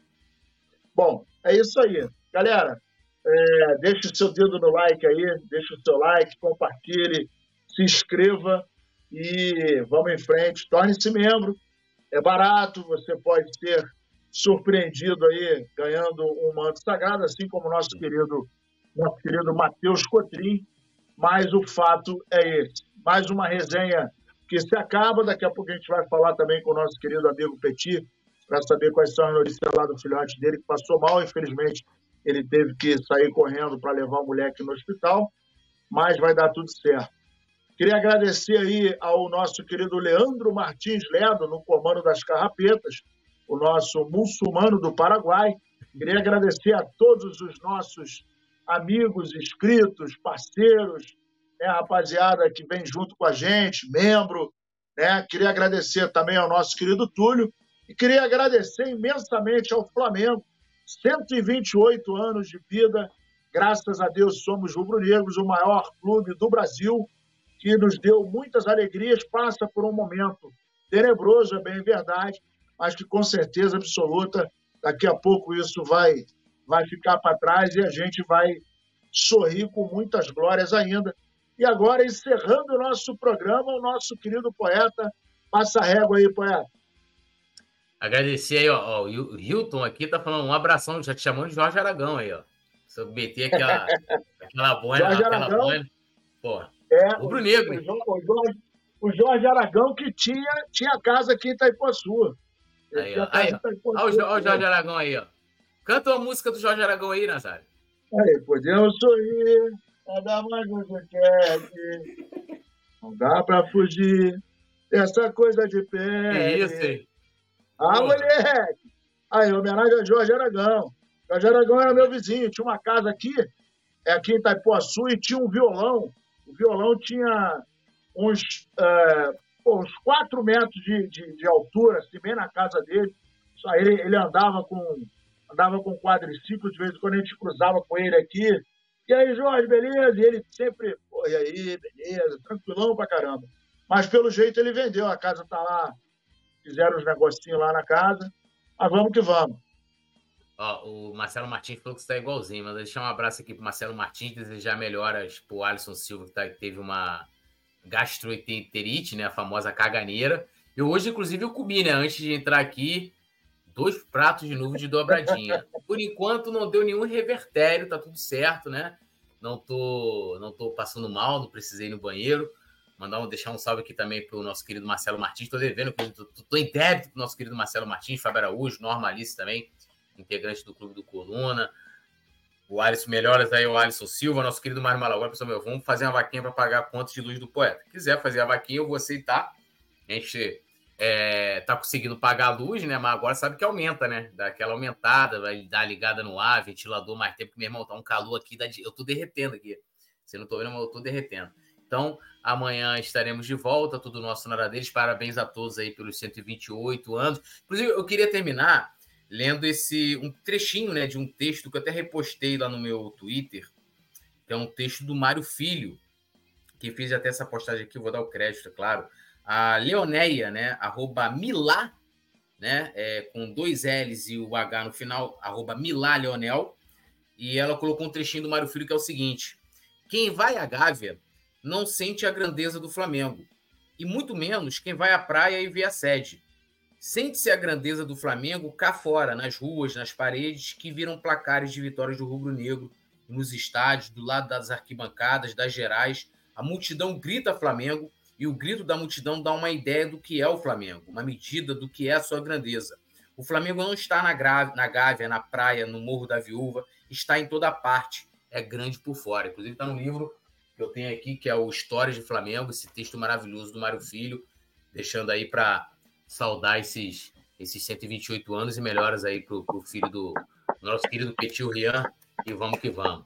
Bom, é isso aí. Galera, é, deixa o seu dedo no like aí, deixa o seu like, compartilhe, se inscreva e vamos em frente. Torne-se membro. É barato, você pode ser surpreendido aí ganhando um manto sagrado, assim como o nosso querido, nosso querido Matheus Cotrim, mas o fato é esse. Mais uma resenha que se acaba. Daqui a pouco a gente vai falar também com o nosso querido amigo Petit, para saber quais são as notícias lá do filhote dele, que passou mal, infelizmente ele teve que sair correndo para levar o moleque no hospital, mas vai dar tudo certo. Queria agradecer aí ao nosso querido Leandro Martins Ledo, no comando das Carrapetas, o nosso muçulmano do Paraguai. Queria agradecer a todos os nossos amigos, inscritos, parceiros, né, rapaziada que vem junto com a gente, membro, né? Queria agradecer também ao nosso querido Túlio e queria agradecer imensamente ao Flamengo, cento e vinte e oito anos de vida, graças a Deus somos rubro-negros, o maior clube do Brasil, que nos deu muitas alegrias, passa por um momento tenebroso, é bem verdade, mas que com certeza absoluta, daqui a pouco isso vai, vai ficar para trás e a gente vai sorrir com muitas glórias ainda. E agora, encerrando o nosso programa, o nosso querido poeta, passa a régua aí, poeta. Agradecer aí, ó, ó, o Hilton aqui tá falando um abração, já te chamando de Jorge Aragão aí, ó. Se eu meter aquela, aquela boina, Jorge aquela Aragão, boina, porra. É, Rubro Negro. O, o, Jorge, o Jorge Aragão que tinha, tinha casa aqui em Itaipuaçu. Aí, ó. Aí, ó. Olha o Jorge Aragão aí, ó. Canta uma música do Jorge Aragão aí, Nazário. Aí, podemos sorrir, nada mais você quer que não dá pra fugir dessa coisa de pé. É isso aí. Ah, moleque! Aí, homenagem a Jorge Aragão. Jorge Aragão era meu vizinho, tinha uma casa aqui, é aqui em Itaipuaçu, e tinha um violão. O violão tinha uns, é, uns quatro metros de, de, de altura, assim, bem na casa dele. Só ele, ele andava com andava com quadriciclo, de vez em quando a gente cruzava com ele aqui. E aí, Jorge, beleza? E ele sempre, pô, e aí, beleza, tranquilão pra caramba. Mas pelo jeito ele vendeu, a casa tá lá, fizeram uns negocinhos lá na casa. Mas vamos que vamos. Ó, o Marcelo Martins falou que você tá igualzinho, mas deixar um abraço aqui pro Marcelo Martins, desejar melhoras pro Alisson Silva, que, tá, que teve uma gastroenterite, né, a famosa caganeira. Eu hoje, inclusive, eu comi, né, antes de entrar aqui, dois pratos de novo de dobradinha. Por enquanto, não deu nenhum revertério, tá tudo certo, né? Não tô, não tô passando mal, não precisei ir no banheiro. Mandar um, deixar um salve aqui também pro nosso querido Marcelo Martins. Tô devendo, tô, tô, tô em débito pro nosso querido Marcelo Martins, Fábio Araújo, Norma Alice também, integrante do Clube do Coluna. O Alisson, melhoras aí, o Alisson Silva, nosso querido Mário Malaguai. Pessoal, meu, vamos fazer uma vaquinha para pagar a conta de luz do poeta. Se quiser fazer a vaquinha, eu vou aceitar. A gente é, tá conseguindo pagar a luz, né? Mas agora sabe que aumenta, né? Dá aquela aumentada, vai dar ligada no ar, ventilador mais tempo, que meu irmão, tá um calor aqui, eu tô derretendo aqui. Você não tô vendo, mas eu tô derretendo. Então, amanhã estaremos de volta, tudo nosso na hora deles. Parabéns a todos aí pelos cento e vinte e oito anos. Inclusive, eu queria terminar lendo esse, um trechinho, né, de um texto que eu até repostei lá no meu Twitter, que é um texto do Mário Filho, que fez até essa postagem aqui, eu vou dar o crédito, é claro. A Leoneia, né, arroba Milá, né, é, com dois L's e o H no final, arroba Milá Leonel, e ela colocou um trechinho do Mário Filho que é o seguinte: quem vai à Gávea não sente a grandeza do Flamengo, e muito menos quem vai à praia e vê a sede. Sente-se a grandeza do Flamengo cá fora, nas ruas, nas paredes, que viram placares de vitórias do rubro-negro, nos estádios, do lado das arquibancadas, das gerais. A multidão grita Flamengo, e o grito da multidão dá uma ideia do que é o Flamengo, uma medida do que é a sua grandeza. O Flamengo não está na, grave, na Gávea, na praia, no Morro da Viúva, está em toda parte, é grande por fora. Inclusive está no livro que eu tenho aqui, que é o Histórias de Flamengo, esse texto maravilhoso do Mário Filho, deixando aí para saudar esses, esses cento e vinte e oito anos e melhoras aí pro, pro filho do nosso querido Petit Rian, e vamos que vamos.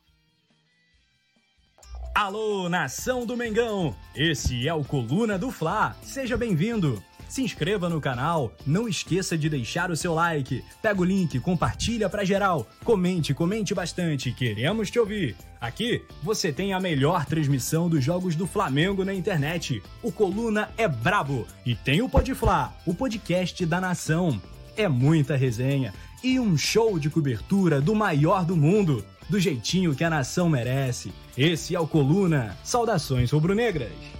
Alô, nação do Mengão! Esse é o Coluna do Fla. Seja bem-vindo! Se inscreva no canal, não esqueça de deixar o seu like, pega o link, compartilha pra geral, comente, comente bastante, queremos te ouvir. Aqui você tem a melhor transmissão dos jogos do Flamengo na internet. O Coluna é brabo e tem o Podfla, o podcast da nação. É muita resenha e um show de cobertura do maior do mundo, do jeitinho que a nação merece. Esse é o Coluna. Saudações rubro-negras!